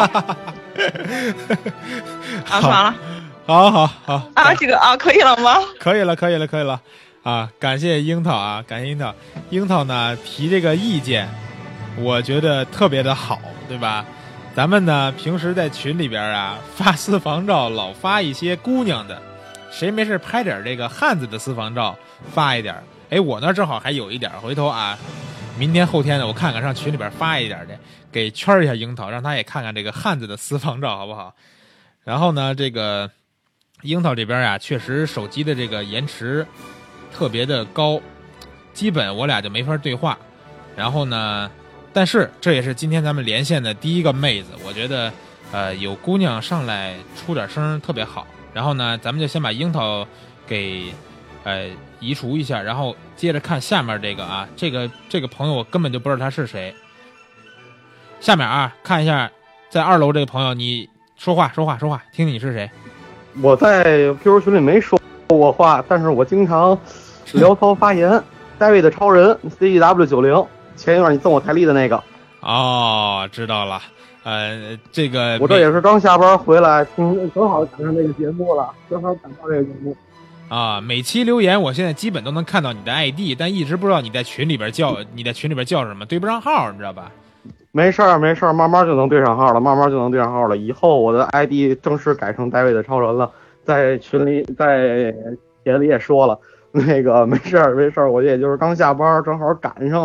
啊，爽了。 好好好啊，这个啊，可以了吗？ 可以了，可以了，可以了。啊，感谢樱桃啊，感谢樱桃。樱桃呢提这个意见，我觉得特别的好，对吧？咱们呢平时在群里边啊发私房照，老发一些姑娘的，谁没事拍点这个汉子的私房照发一点。哎，我那正好还有一点，回头啊，明天后天呢，我看看上群里边发一点的，给圈一下樱桃，让他也看看这个汉子的私房照，好不好？然后呢，这个樱桃这边啊，确实手机的这个延迟特别的高，基本我俩就没法对话。然后呢，但是这也是今天咱们连线的第一个妹子，我觉得呃有姑娘上来出点声特别好。然后呢，咱们就先把樱桃给呃移除一下，然后接着看下面这个啊，这个这个朋友我根本就不知道他是谁。下面啊，看一下在二楼这个朋友，你说话说话说话，听听你是谁。 我在 Q Q 群里没说过话，但是我经常聊骚发言。戴维的超人 C G W 九零，前一段你赠我台历的那个。 哦，知道了。呃，这个我这也是刚下班回来，听正好赶上这个节目了，正好赶到这个节目。 啊，每期留言我现在基本都能看到你的 I D， 但一直不知道你在群里边叫你在群里边叫什么，对不上号，你知道吧？ 没事儿没事儿，慢慢就能对上号了，慢慢就能对上号了。以后我的 I D 正式改成戴维的超人了，在群里在帖里也说了，那个没事儿没事儿，我也就是刚下班，正好赶上了，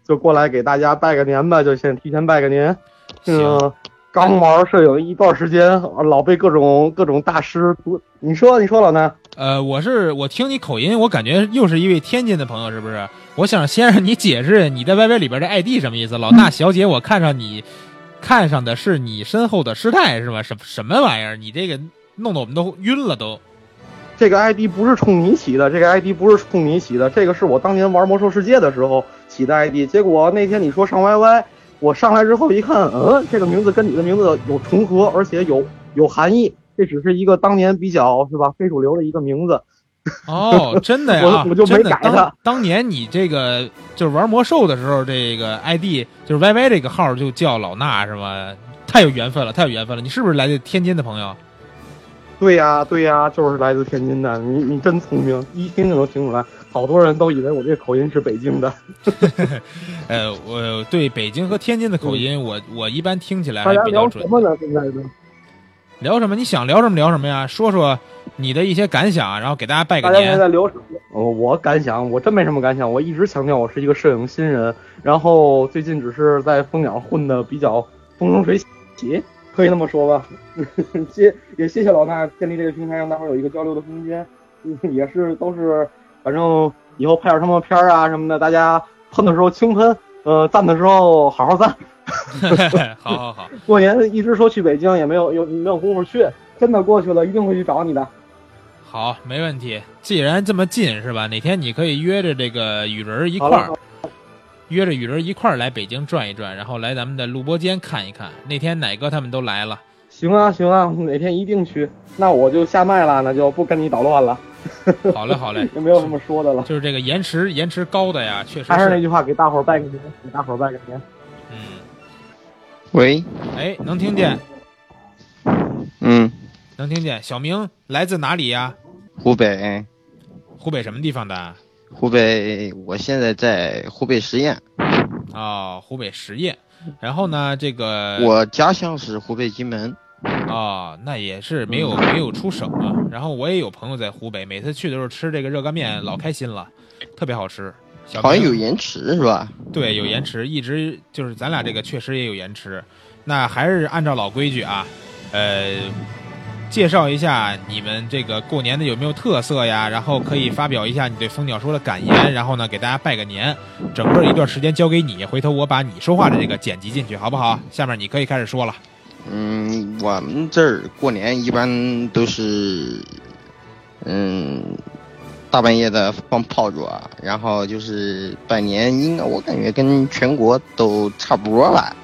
就过来给大家拜个年吧，就先提前拜个年。嗯，刚玩摄影一段时间，老被各种各种大师毒。你说，你说老衲。 呃，我是我听你口音，我感觉又是一位天津的朋友，是不是？我想先让你解释你在 Y Y 里边的 I D 什么意思。老衲小姐，我看上你，看上的是你身后的师太是吗？什什么玩意儿？你这个弄得我们都晕了都。 这个 I D 不是冲你起的，这个 I D 不是冲你起的，这个是我当年玩魔兽世界的时候起的 I D。结果那天你说上 Y Y， 我上来之后一看，嗯，这个名字跟你的名字有重合，而且有有含义。这只是一个当年比较是吧非主流的一个名字。 哦，真的呀， 我我就没改它。 当, 当年你这个就是玩魔兽的时候，这个 I D 就是 Y Y 这个号就叫老衲是吗？太有缘分了，太有缘分了！你是不是来自天津的朋友？ 对呀、啊，对呀、啊，就是来自天津的。你你真聪明，一听就能听出来。好多人都以为我这个口音是北京的。 呃，我对北京和天津的口音，我我一般听起来还比较准。 大家聊什么呢？现在呢？ 聊什么？你想聊什么聊什么呀？说说你的一些感想，然后给大家拜个年。 大家现在聊什么？哦，我感想，我真没什么感想。我一直强调我是一个摄影新人，然后最近只是在蜂鸟混的比较风生水起，可以那么说吧。谢也谢谢老衲建立这个平台，让大伙有一个交流的空间。也是都是，反正以后拍点什么片啊什么的，大家喷的时候轻喷，呃，赞的时候好好赞。 好好好， 过年一直说去北京，也没有有没有功夫去，真的过去了一定会去找你的。 好，没问题。既然这么近是吧？哪天你可以约着这个雨人一块儿，约着雨人一块儿来北京转一转，然后来咱们的录播间看一看。那天奶哥他们都来了。 行啊行啊，哪天一定去。那我就下麦了，那就不跟你捣乱了。 好嘞好嘞， 也没有什么说的了。 就是这个延迟延迟高的呀，确实是。 还是那句话，给大伙儿拜个年，给大伙儿拜个年。 嗯。 喂， 哎，能听见？ 嗯， 能听见。小明来自哪里呀？ 湖北。 湖北什么地方的？ 湖北，我现在在湖北十堰。 哦，湖北十堰。然后呢，这个我家乡是湖北荆门。 哦，那也是没有没有出省啊。然后我也有朋友在湖北，每次去的时候吃这个热干面老开心了，特别好吃。 好像有延迟是吧？ 对，有延迟，一直就是咱俩这个确实也有延迟。那还是按照老规矩啊，呃，介绍一下你们这个过年的有没有特色呀？然后可以发表一下你对蜂鸟说的感言，然后呢给大家拜个年。整个一段时间交给你，回头我把你说话的这个剪辑进去，好不好？下面你可以开始说了。 嗯，我们这儿过年一般都是，嗯。大半夜的放炮竹啊，然后就是拜年，应该我感觉跟全国都差不多吧。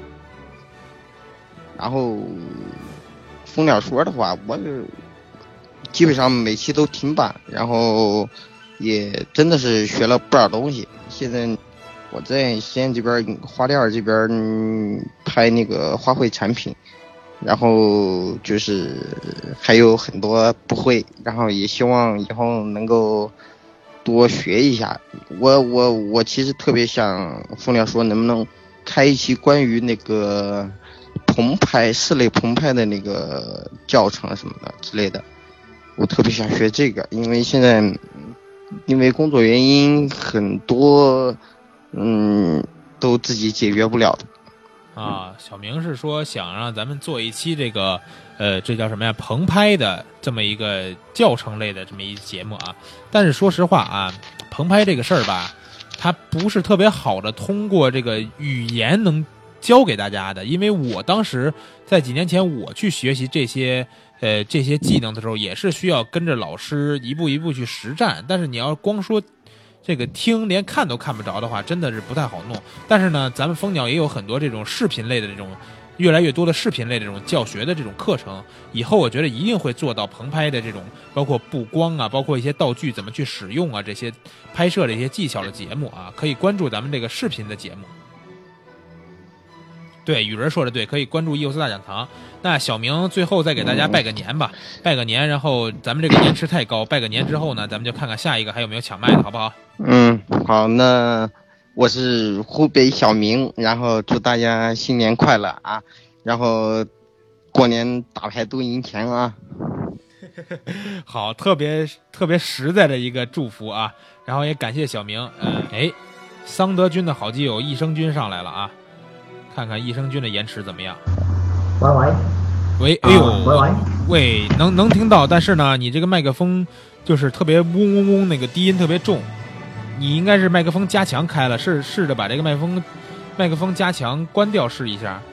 然后蜂鸟说的话，我就基本上每期都听吧，然后也真的是学了不少东西。现在我在西安这边花店这边、嗯、拍那个花卉产品。然后就是还有很多不会，然后也希望以后能够多学一下。我我我其实特别想蜂鸟说能不能开一期关于那个棚拍室内棚拍的那个教程什么的之类的，我特别想学这个，因为现在因为工作原因很多嗯都自己解决不了的。 啊，小明是说想让咱们做一期这个，呃，这叫什么呀？棚拍的这么一个教程类的这么一节目啊。但是说实话啊，棚拍这个事儿吧，它不是特别好的通过这个语言能教给大家的。因为我当时在几年前我去学习这些呃这些技能的时候，也是需要跟着老师一步一步去实战。但是你要光说这个听连看都看不着的话，真的是不太好弄。但是呢，咱们蜂鸟也有很多这种视频类的这种越来越多的视频类的这种教学的这种课程，以后我觉得一定会做到棚拍的这种，包括布光啊，包括一些道具怎么去使用啊，这些拍摄这些技巧的节目啊，可以关注咱们这个视频的节目。对，雨人说的对，可以关注 E O S 大讲堂。那小明最后再给大家拜个年吧，拜个年，然后咱们这个延迟太高，拜个年之后呢，咱们就看看下一个还有没有抢麦的，好不好？ 嗯，好，那我是湖北小明，然后祝大家新年快乐啊，然后过年打牌都赢钱啊。 好，特别特别实在的一个祝福啊，然后也感谢小明，呃，哎。 桑德军的好基友益生菌上来了啊，看看益生菌的延迟怎么样。 喂喂喂，哎呦， 喂喂喂，能能听到，但是呢，你这个麦克风就是特别嗡嗡嗡，那个低音特别重，你应该是麦克风加强开了，试试着把这个麦克风麦克风加强关掉试一下。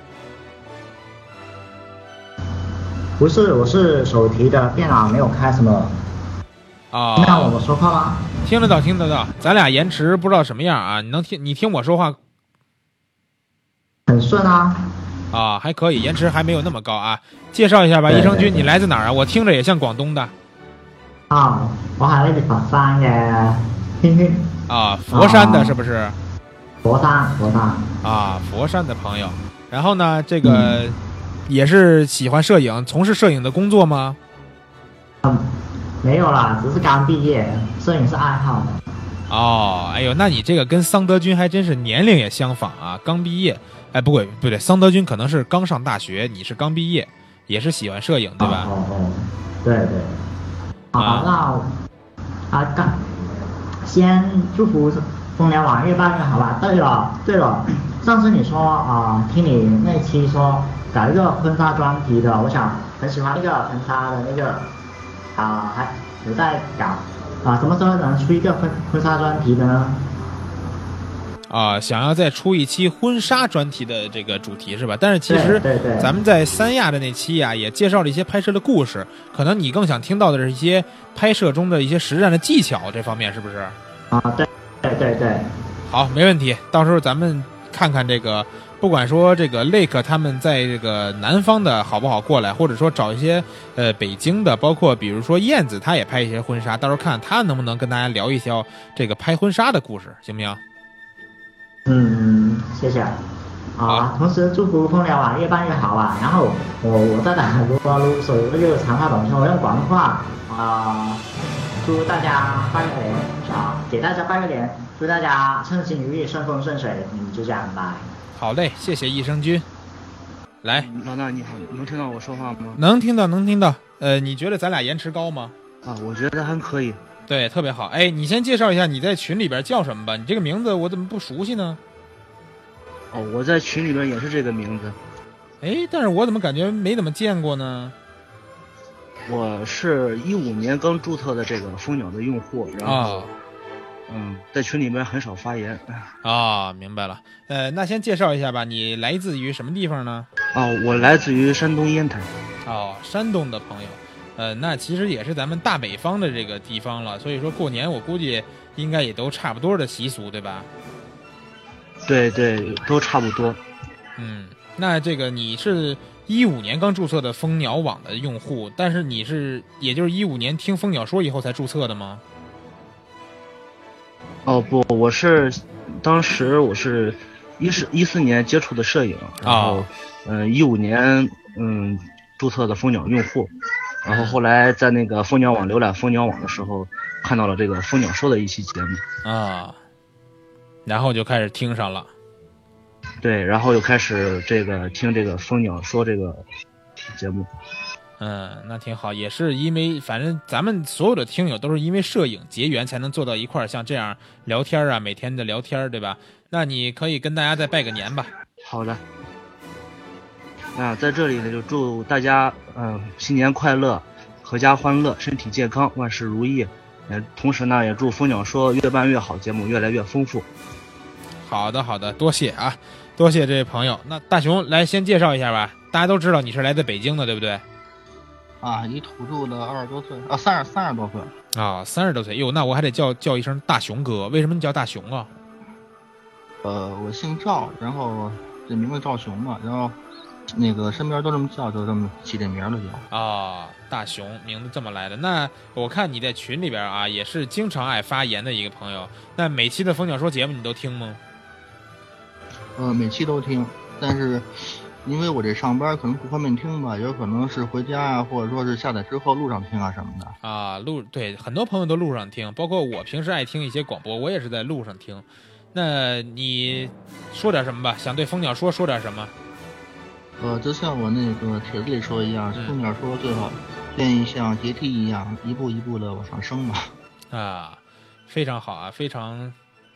不是，我是手提的，电脑没有开什么。 啊， 听到我说话吗？ 听得到，听得到。咱俩延迟不知道什么样啊？你能听？你听我说话很顺啊。 啊，还可以，延迟还没有那么高啊。介绍一下吧，益生菌，你来自哪儿啊？我听着也像廣東的。 啊，我係來自佛山嘅天天。 啊，佛山的是不是？ 佛山，佛山。 啊，佛山的朋友。然后呢，这个、嗯、也是喜欢摄影，从事摄影的工作吗？ 嗯，没有啦，只是刚毕业，摄影是爱好的。 哦，哎呦，那你这个跟桑德军还真是年龄也相仿啊，刚毕业。哎，不对不对，桑德军可能是刚上大学，你是刚毕业，也是喜欢摄影，对吧？ 哦哦，对对。好，啊、那啊，刚先祝福蜂鸟网越办越好吧。对了对了，上次你说啊、呃，听你那期说搞一个婚纱专题的，我想很喜欢那个婚纱的那个啊、呃，还有在搞啊，什么时候能出一个婚婚纱专题的呢？ 啊，想要再出一期婚纱专题的这个主题是吧？但是其实咱们在三亚的那期啊，也介绍了一些拍摄的故事，可能你更想听到的是一些拍摄中的一些实战的技巧这方面，是不是？ 啊，对对对对。 好，没问题，到时候咱们看看这个，不管说这个 Lake 他们在这个南方的好不好过来，或者说找一些呃北京的，包括比如说燕子，他也拍一些婚纱，到时候看他能不能跟大家聊一聊这个拍婚纱的故事，行不行？ 嗯，谢谢。啊，同时祝福蜂鸟网越办越好啊。然后我我在打如果如所有这个长话短说，我用广东话啊，祝大家拜个年啊，给大家拜个年，祝大家称心如意，顺风顺水。嗯，就这样，拜。 好嘞，谢谢益生菌。来， 老大你好，能听到我说话吗？ 能听到，能听到。呃，你觉得咱俩延迟高吗？ 啊，我觉得还可以。 对，特别好。哎，你先介绍一下你在群里边叫什么吧？你这个名字我怎么不熟悉呢？ 哦，我在群里边也是这个名字。 哎，但是我怎么感觉没怎么见过呢？ 我是一五年刚注册的这个蜂鸟的用户，然后、哦、嗯，在群里边很少发言。 啊、哦，明白了。呃，那先介绍一下吧，你来自于什么地方呢？ 哦，我来自于山东烟台。 哦，山东的朋友。呃，那其实也是咱们大北方的这个地方了，所以说过年我估计应该也都差不多的习俗，对吧？ 对对，都差不多。 嗯，那这个你是一五年刚注册的蜂鸟网的用户，但是你是也就是一五年听蜂鸟说以后才注册的吗？ 哦不，我是当时我是一四一四年接触的摄影，然后嗯一五年嗯注册的蜂鸟用户。然后后来在那个蜂鸟网浏览蜂鸟网的时候，看到了这个蜂鸟说的一期节目啊，然后就开始听上了。 对，然后又开始这个听这个蜂鸟说这个节目。 嗯，那挺好，也是因为反正咱们所有的听友都是因为摄影结缘才能坐到一块儿，像这样聊天啊，每天的聊天，对吧？那你可以跟大家再拜个年吧。 好的。啊，在这里呢，就祝大家嗯、呃、新年快乐，阖家欢乐，身体健康，万事如意。也同时呢，也祝蜂鸟说越办越好，节目越来越丰富。 好的，好的，多谢啊，多谢这位朋友。那大熊来先介绍一下吧，大家都知道你是来自北京的，对不对？ 啊，一土著的二十多岁啊，三十三十多岁啊，三十多岁。哟，那我还得叫叫一声大熊哥，为什么你叫大熊啊？ 呃，我姓赵，然后这名字赵熊嘛，然后。那个身边都这么叫，就这么起这名了就。 啊、哦，大熊名字这么来的。那我看你在群里边啊，也是经常爱发言的一个朋友。那每期的蜂鸟说节目你都听吗？ 呃，每期都听，但是因为我这上班可能不方便听吧，有可能是回家啊，或者说是下载之后路上听啊什么的。 啊，路对，很多朋友都路上听，包括我平时爱听一些广播，我也是在路上听。那你说点什么吧？想对蜂鸟说说点什么？ 呃，就像我那个帖子里说一样，蜂鸟说最好建议像阶梯一样，一步一步的往上升嘛。 啊，非常好啊，非常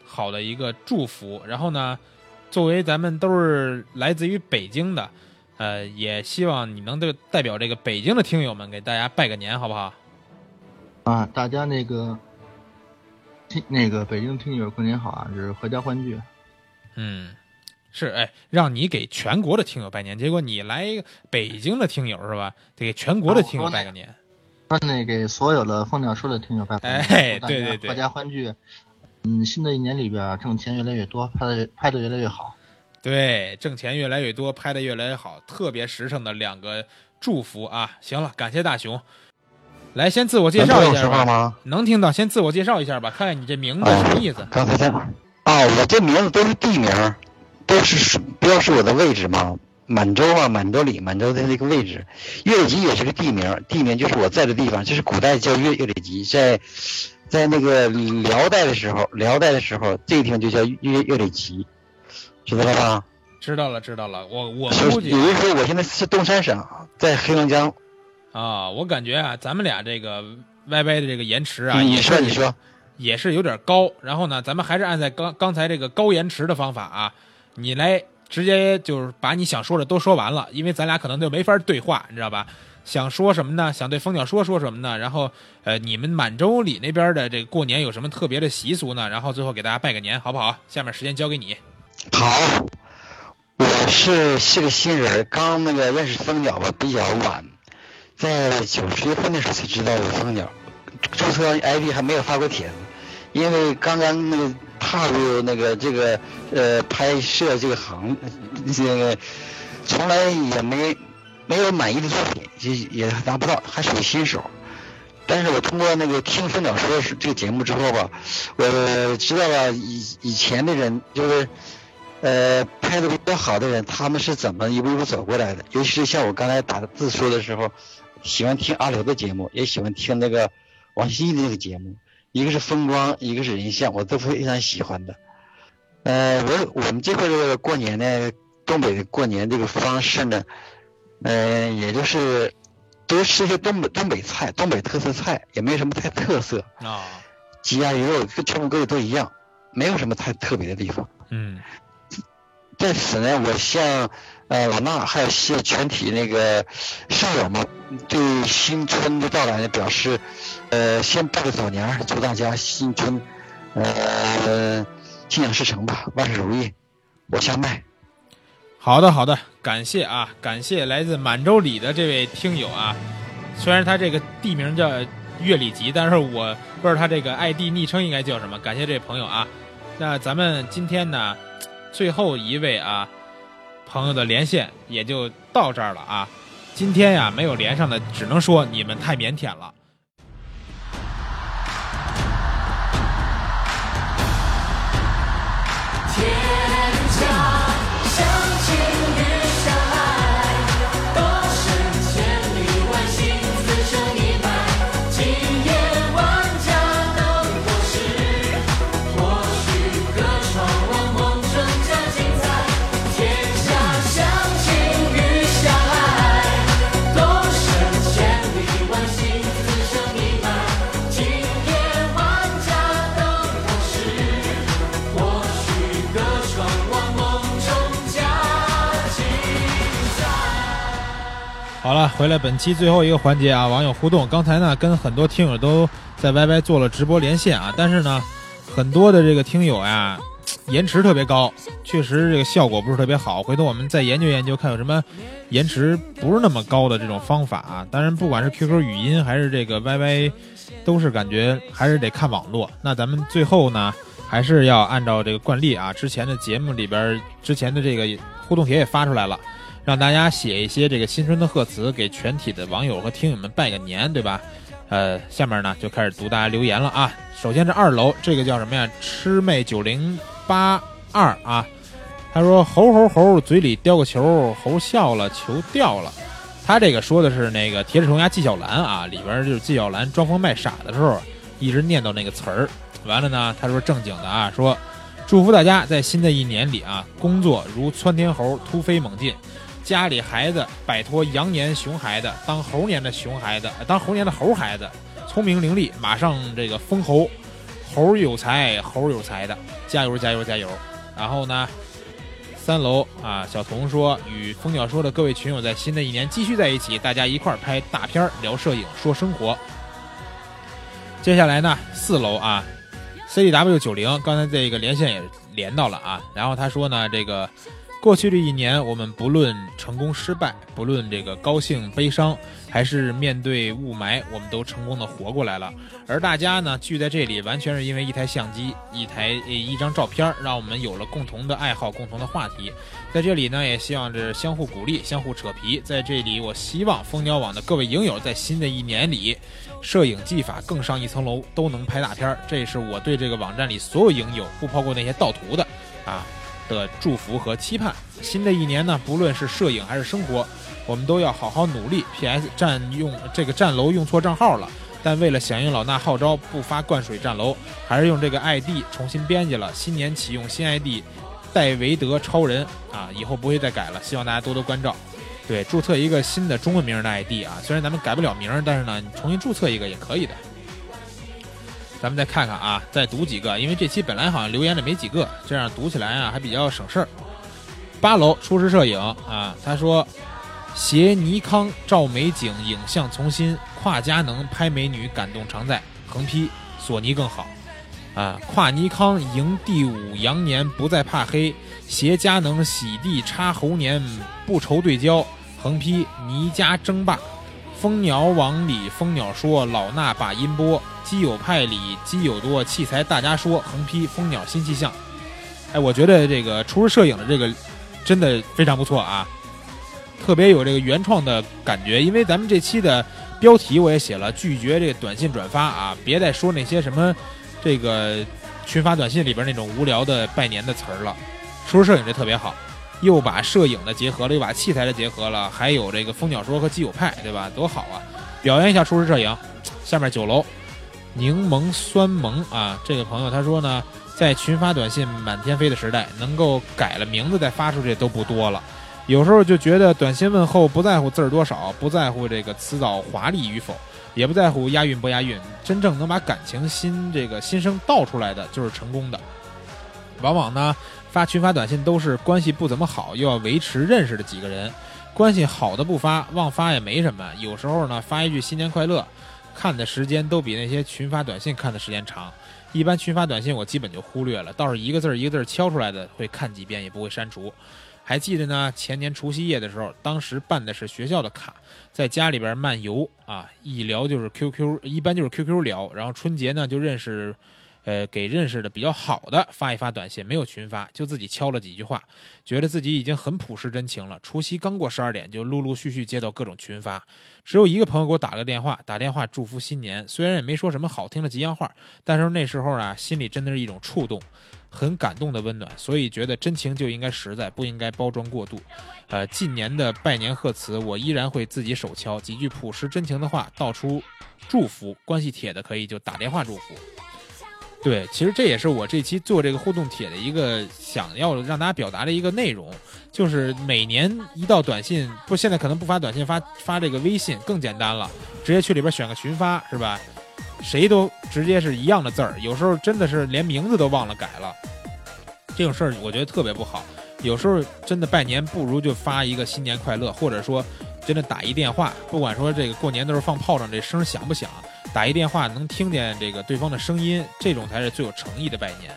好的一个祝福。然后呢，作为咱们都是来自于北京的，呃，也希望你能代表这个北京的听友们给大家拜个年，好不好？ 啊，大家那个听那个北京听友过年好啊，就是合家欢聚。 嗯，是，哎，让你给全国的听友拜年，结果你来北京的听友是吧？得给全国的听友拜个年。 说那给所有的蜂鸟说的听友拜个年， 哎，对对对， 合家欢聚。嗯，新的一年里边挣钱越来越多，拍的拍的越来越好。 对，挣钱越来越多，拍的越来越好，特别实诚的两个祝福啊！行了，感谢大熊。来，先自我介绍一下吧。 吗？ 能听到，先自我介绍一下吧，看看你这名字什么意思。 哦、刚才在啊、哦，我这名字都是地名，都是标示我的位置嘛。满洲啊，满洲里，满洲的那个位置。乐里集也是个地名，地名就是我在的地方，这是古代叫乐乐里集，在在那个辽代的时候，辽代的时候，这个地方就叫乐乐里集，知道了吧？ 知道了，知道了。我我估计， 有人说我现在是东三省，在黑龙江。 啊，我感觉啊，咱们俩这个 Y Y 的这个延迟啊， 你说你说， 也是有点高。然后呢，咱们还是按在刚刚才这个高延迟的方法啊，你来直接就是把你想说的都说完了，因为咱俩可能就没法对话，你知道吧？想说什么呢？想对蜂鸟说说什么呢？然后呃，你们满洲里那边的这个过年有什么特别的习俗呢？然后最后给大家拜个年，好不好？下面时间交给你。 好，我是是个新人，刚那个认识蜂鸟吧，比较晚。在九十月份的时候才知道有蜂鸟，注册 I D 还没有发过帖子，因为刚刚那个踏入那个这个呃拍摄这个行，这个从来也没没有满意的作品，也也拿不到，还属于新手。但是我通过那个听蜂鸟说这个节目之后吧，我知道了以以前的人就是呃拍的比较好的人，他们是怎么一步一步走过来的，尤其是像我刚才打字说的时候。喜欢听阿刘的节目，也喜欢听那个王希的那个节目，一个是风光，一个是人像，我都非常喜欢的。呃，我我们这块这个过年呢，东北的过年这个方式呢，呃，也就是都吃一些东北东北菜，东北特色菜，也没有什么太特色啊， 鸡鸭鱼肉跟全国各地都一样，没有什么太特别的地方。 嗯， 在此呢，我向呃老衲还有些全体那个舍友们，对新春的到来呢表示，呃，先拜个早年，祝大家新春，呃，心想事成吧，万事如意。我下麦。 好的，好的，感谢啊，感谢来自满洲里的这位听友啊。虽然他这个地名叫乐里集，但是我不知道他这个 I D 昵称应该叫什么。感谢这位朋友啊。那咱们今天呢，最后一位啊朋友的连线也就到这儿了啊。今天呀没有连上的，只能说你们太腼腆了。 天下相亲与相爱，都是千里万幸，此生一脉。今夜万家灯火时，或许歌窗望梦中更精彩。天下相亲与相爱，都是千里万幸，此生一脉。今夜万家灯火时，或许歌窗望梦中加精彩。 好了，回来本期最后一个环节啊，网友互动。刚才呢，跟很多听友都在 Y Y 做了直播连线啊，但是呢，很多的这个听友呀，延迟特别高，确实这个效果不是特别好。回头我们再研究研究，看有什么延迟不是那么高的这种方法啊。当然，不管是 Q Q 语音还是这个 Y Y， 都是感觉还是得看网络。那咱们最后呢，还是要按照这个惯例啊，之前的节目里边，之前的这个互动帖也发出来了。让大家写一些这个新春的贺词，给全体的网友和听友们拜个年，对吧？呃，下面呢就开始读大家留言了啊。首先是二楼，这个叫什么呀？魑魅九零八二啊，他说猴猴猴嘴里叼个球，猴笑了，球掉了。他这个说的是那个铁齿铜牙纪晓岚啊，里边就是纪晓岚装疯卖傻的时候，一直念叨那个词儿。完了呢，他说正经的啊，说祝福大家在新的一年里啊，工作如窜天猴，突飞猛进。家里孩子摆脱羊年熊孩子，当猴年的熊孩子，当猴年的猴孩子，聪明伶俐，马上这个封侯。 猴有才，猴有才的，加油加油加油！然后呢，三楼啊，小童说与蜂鸟说的各位群友在新的一年继续在一起，大家一块儿拍大片聊摄影说生活。接下来呢，四楼啊 C D W 九零 刚才这个连线也连到了啊，然后他说呢，这个过去的一年我们不论成功失败，不论这个高兴悲伤，还是面对雾霾，我们都成功的活过来了。而大家呢聚在这里，完全是因为一台相机，一台一张照片，让我们有了共同的爱好，共同的话题。在这里呢，也希望着相互鼓励，相互扯皮。在这里，我希望蜂鸟网的各位影友在新的一年里，摄影技法更上一层楼，都能拍大片。这是我对这个网站里所有影友，不包括那些盗图的啊的祝福和期盼。新的一年呢，不论是摄影还是生活，我们都要好好努力。P S 占用这个站楼用错账号了，但为了响应老衲号召，不发灌水站楼，还是用这个 I D 重新编辑了。新年启用新 I D 戴维德超人啊，以后不会再改了，希望大家多多关照。对，注册一个新的中文名的 I D 啊，虽然咱们改不了名，但是呢，你重新注册一个也可以的。咱们再看看啊，再读几个，因为这期本来好像留言的没几个，这样读起来啊还比较省事儿。八楼初识摄影啊，他说携尼康照美景，影像从新，跨佳能拍美女，感动常在。横批索尼更好啊，跨尼康迎第五羊年，不再怕黑，携佳能洗地插猴年，不愁对焦。横批尼家争霸。蜂鸟网里蜂鸟说，老衲把音波。基友派里基友多，器材大家说。横批蜂鸟新气象。哎，我觉得这个初识摄影的这个真的非常不错啊，特别有这个原创的感觉。因为咱们这期的标题我也写了，拒绝这个短信转发啊，别再说那些什么这个群发短信里边那种无聊的拜年的词儿了。初识摄影这特别好，又把摄影的结合了，又把器材的结合了，还有这个蜂鸟说和基友派，对吧？多好啊！表扬一下初识摄影。下面九楼柠檬酸萌啊，这个朋友他说呢，在群发短信满天飞的时代，能够改了名字再发出去都不多了。有时候就觉得短信问候不在乎字儿多少，不在乎这个词藻华丽与否，也不在乎押韵不押韵，真正能把感情心这个心声道出来的就是成功的。往往呢发群发短信都是关系不怎么好又要维持认识的几个人，关系好的不发，忘发也没什么。有时候呢发一句新年快乐，看的时间都比那些群发短信看的时间长。一般群发短信我基本就忽略了，倒是一个字一个字敲出来的会看几遍，也不会删除。还记得呢，前年除夕夜的时候，当时办的是学校的卡，在家里边漫游啊，一聊就是 Q Q， 一般就是 Q Q 聊。然后春节呢就认识呃，给认识的比较好的发一发短信，没有群发，就自己敲了几句话，觉得自己已经很朴实真情了。除夕刚过十二点，就陆陆续续接到各种群发，只有一个朋友给我打个电话，打电话祝福新年，虽然也没说什么好听的吉祥话，但是那时候啊，心里真的是一种触动，很感动的温暖，所以觉得真情就应该实在，不应该包装过度。呃，近年的拜年贺词，我依然会自己手敲几句朴实真情的话，道出祝福。关系铁的可以就打电话祝福。对，其实这也是我这期做这个互动帖的一个想要让大家表达的一个内容，就是每年一到短信，不，现在可能不发短信，发发这个微信更简单了，直接去里边选个群发，是吧？谁都直接是一样的字儿，有时候真的是连名字都忘了改了，这种事儿我觉得特别不好。有时候真的拜年不如就发一个新年快乐，或者说真的打一电话，不管说这个过年都是放炮仗，这声响不响，打一电话能听见这个对方的声音，这种才是最有诚意的拜年。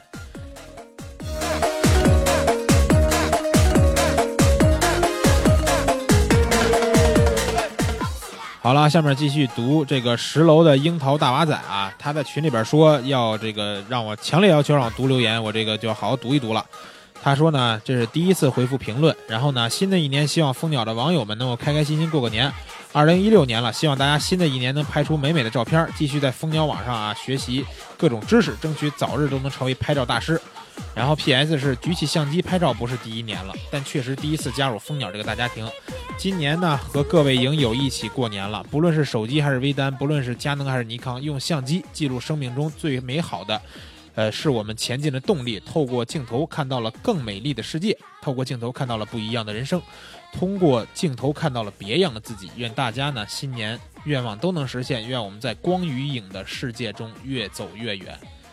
好了，下面继续读这个十楼的樱桃大娃仔啊，他在群里边说要这个让我强烈要求让我读留言，我这个就要好好读一读了。他说呢，这是第一次回复评论，然后呢，新的一年希望蜂鸟的网友们能够开开心心过个年。二零一六年了，希望大家新的一年能拍出美美的照片，继续在蜂鸟网上啊学习各种知识，争取早日都能成为拍照大师。然后 P S 是举起相机拍照不是第一年了，但确实第一次加入蜂鸟这个大家庭。今年呢，和各位影友一起过年了，不论是手机还是微单，不论是佳能还是尼康，用相机记录生命中最美好的呃，是我们前进的动力。透过镜头看到了更美丽的世界，透过镜头看到了不一样的人生，通过镜头看到了别样的自己。愿大家呢新年愿望都能实现，愿我们在光与影的世界中越走越远。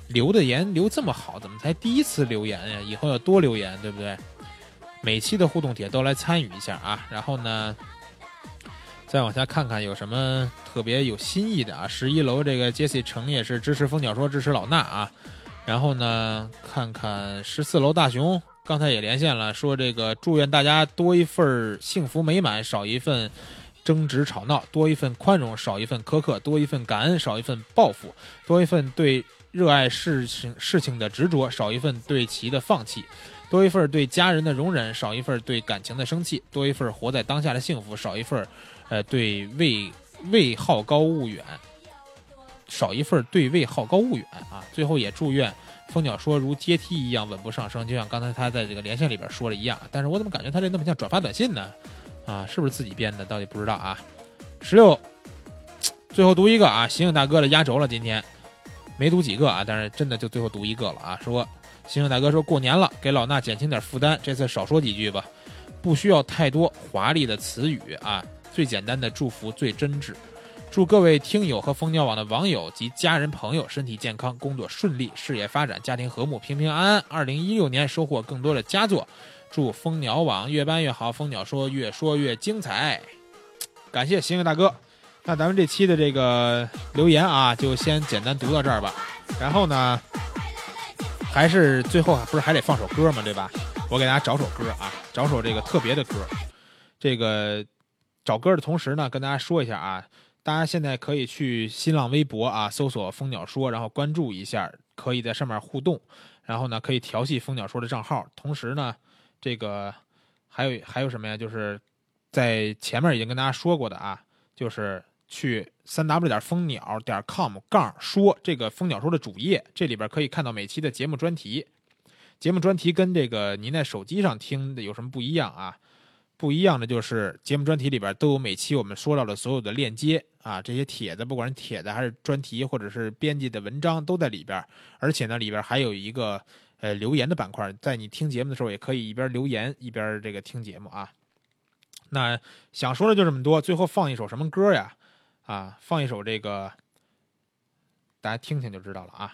留的言留这么好，怎么才第一次留言呀？以后要多留言，对不对？每期的互动帖都来参与一下啊。然后呢，再往下看看有什么特别有新意的啊。十一楼这个 Jesse 成也是支持蜂鸟说，支持老衲啊。然后呢，看看十四楼大熊，刚才也连线了，说这个祝愿大家多一份幸福美满，少一份争执吵闹，多一份宽容，少一份苛刻，多一份感恩，少一份报复，多一份对热爱事情事情的执着，少一份对其的放弃，多一份对家人的容忍，少一份对感情的生气，多一份活在当下的幸福，少一份呃对位位好高骛远，少一份对位好高骛远啊。最后也祝愿蜂鸟说如阶梯一样稳步上升，就像刚才他在这个连线里边说的一样。但是我怎么感觉他这那么像转发短信呢？啊，是不是自己编的？到底不知道啊。十六，最后读一个啊，醒醒大哥的压轴了，今天没读几个啊，但是真的就最后读一个了啊。说醒醒大哥说过年了，给老衲减轻点负担，这次少说几句吧，不需要太多华丽的词语啊，最简单的祝福最真挚。祝各位听友和蜂鸟网的网友及家人朋友身体健康，工作顺利，事业发展，家庭和睦，平平安安。二零一六年收获更多的佳作。祝蜂鸟网越办越好，蜂鸟说越说越精彩。感谢星星大哥。那咱们这期的这个留言啊，就先简单读到这儿吧。然后呢，还是最后不是还得放首歌吗？对吧？我给大家找首歌啊，找首这个特别的歌。这个找歌的同时呢，跟大家说一下啊，大家现在可以去新浪微博啊，搜索蜂鸟说，然后关注一下，可以在上面互动。然后呢，可以调戏蜂鸟说的账号。同时呢，这个还有还有什么呀？就是在前面已经跟大家说过的啊，就是去三 w 点蜂鸟点 com 杠说这个蜂鸟说的主页，这里边可以看到每期的节目专题。节目专题跟这个您在手机上听的有什么不一样啊？不一样的就是节目专题里边都有每期我们说到的所有的链接啊，这些帖子不管是帖子还是专题或者是编辑的文章都在里边，而且呢里边还有一个呃留言的板块，在你听节目的时候也可以一边留言一边这个听节目啊。那想说的就这么多，最后放一首什么歌呀？啊，放一首这个，大家听听就知道了啊，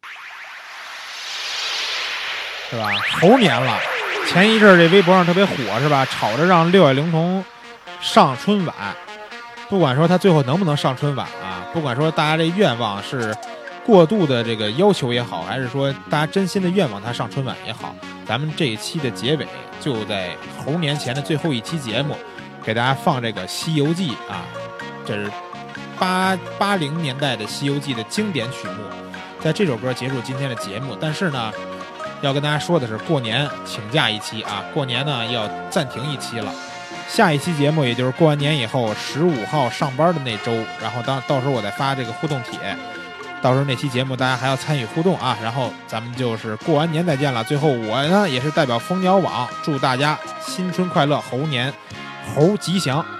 是吧？猴年了。前一阵这微博上特别火是吧？吵着让六小龄童上春晚，不管说他最后能不能上春晚啊，不管说大家这愿望是过度的这个要求也好，还是说大家真心的愿望他上春晚也好，咱们这一期的结尾就在猴年前的最后一期节目，给大家放这个《西游记》啊，这是八八零年代的《西游记》的经典曲目，在这首歌结束今天的节目。但是呢，要跟大家说的是，过年请假一期啊，过年呢要暂停一期了。下一期节目也就是过完年以后十五号上班的那周，然后当到时候我再发这个互动帖，到时候那期节目大家还要参与互动啊。然后咱们就是过完年再见了。最后我呢也是代表蜂鸟网祝大家新春快乐，猴年猴吉祥。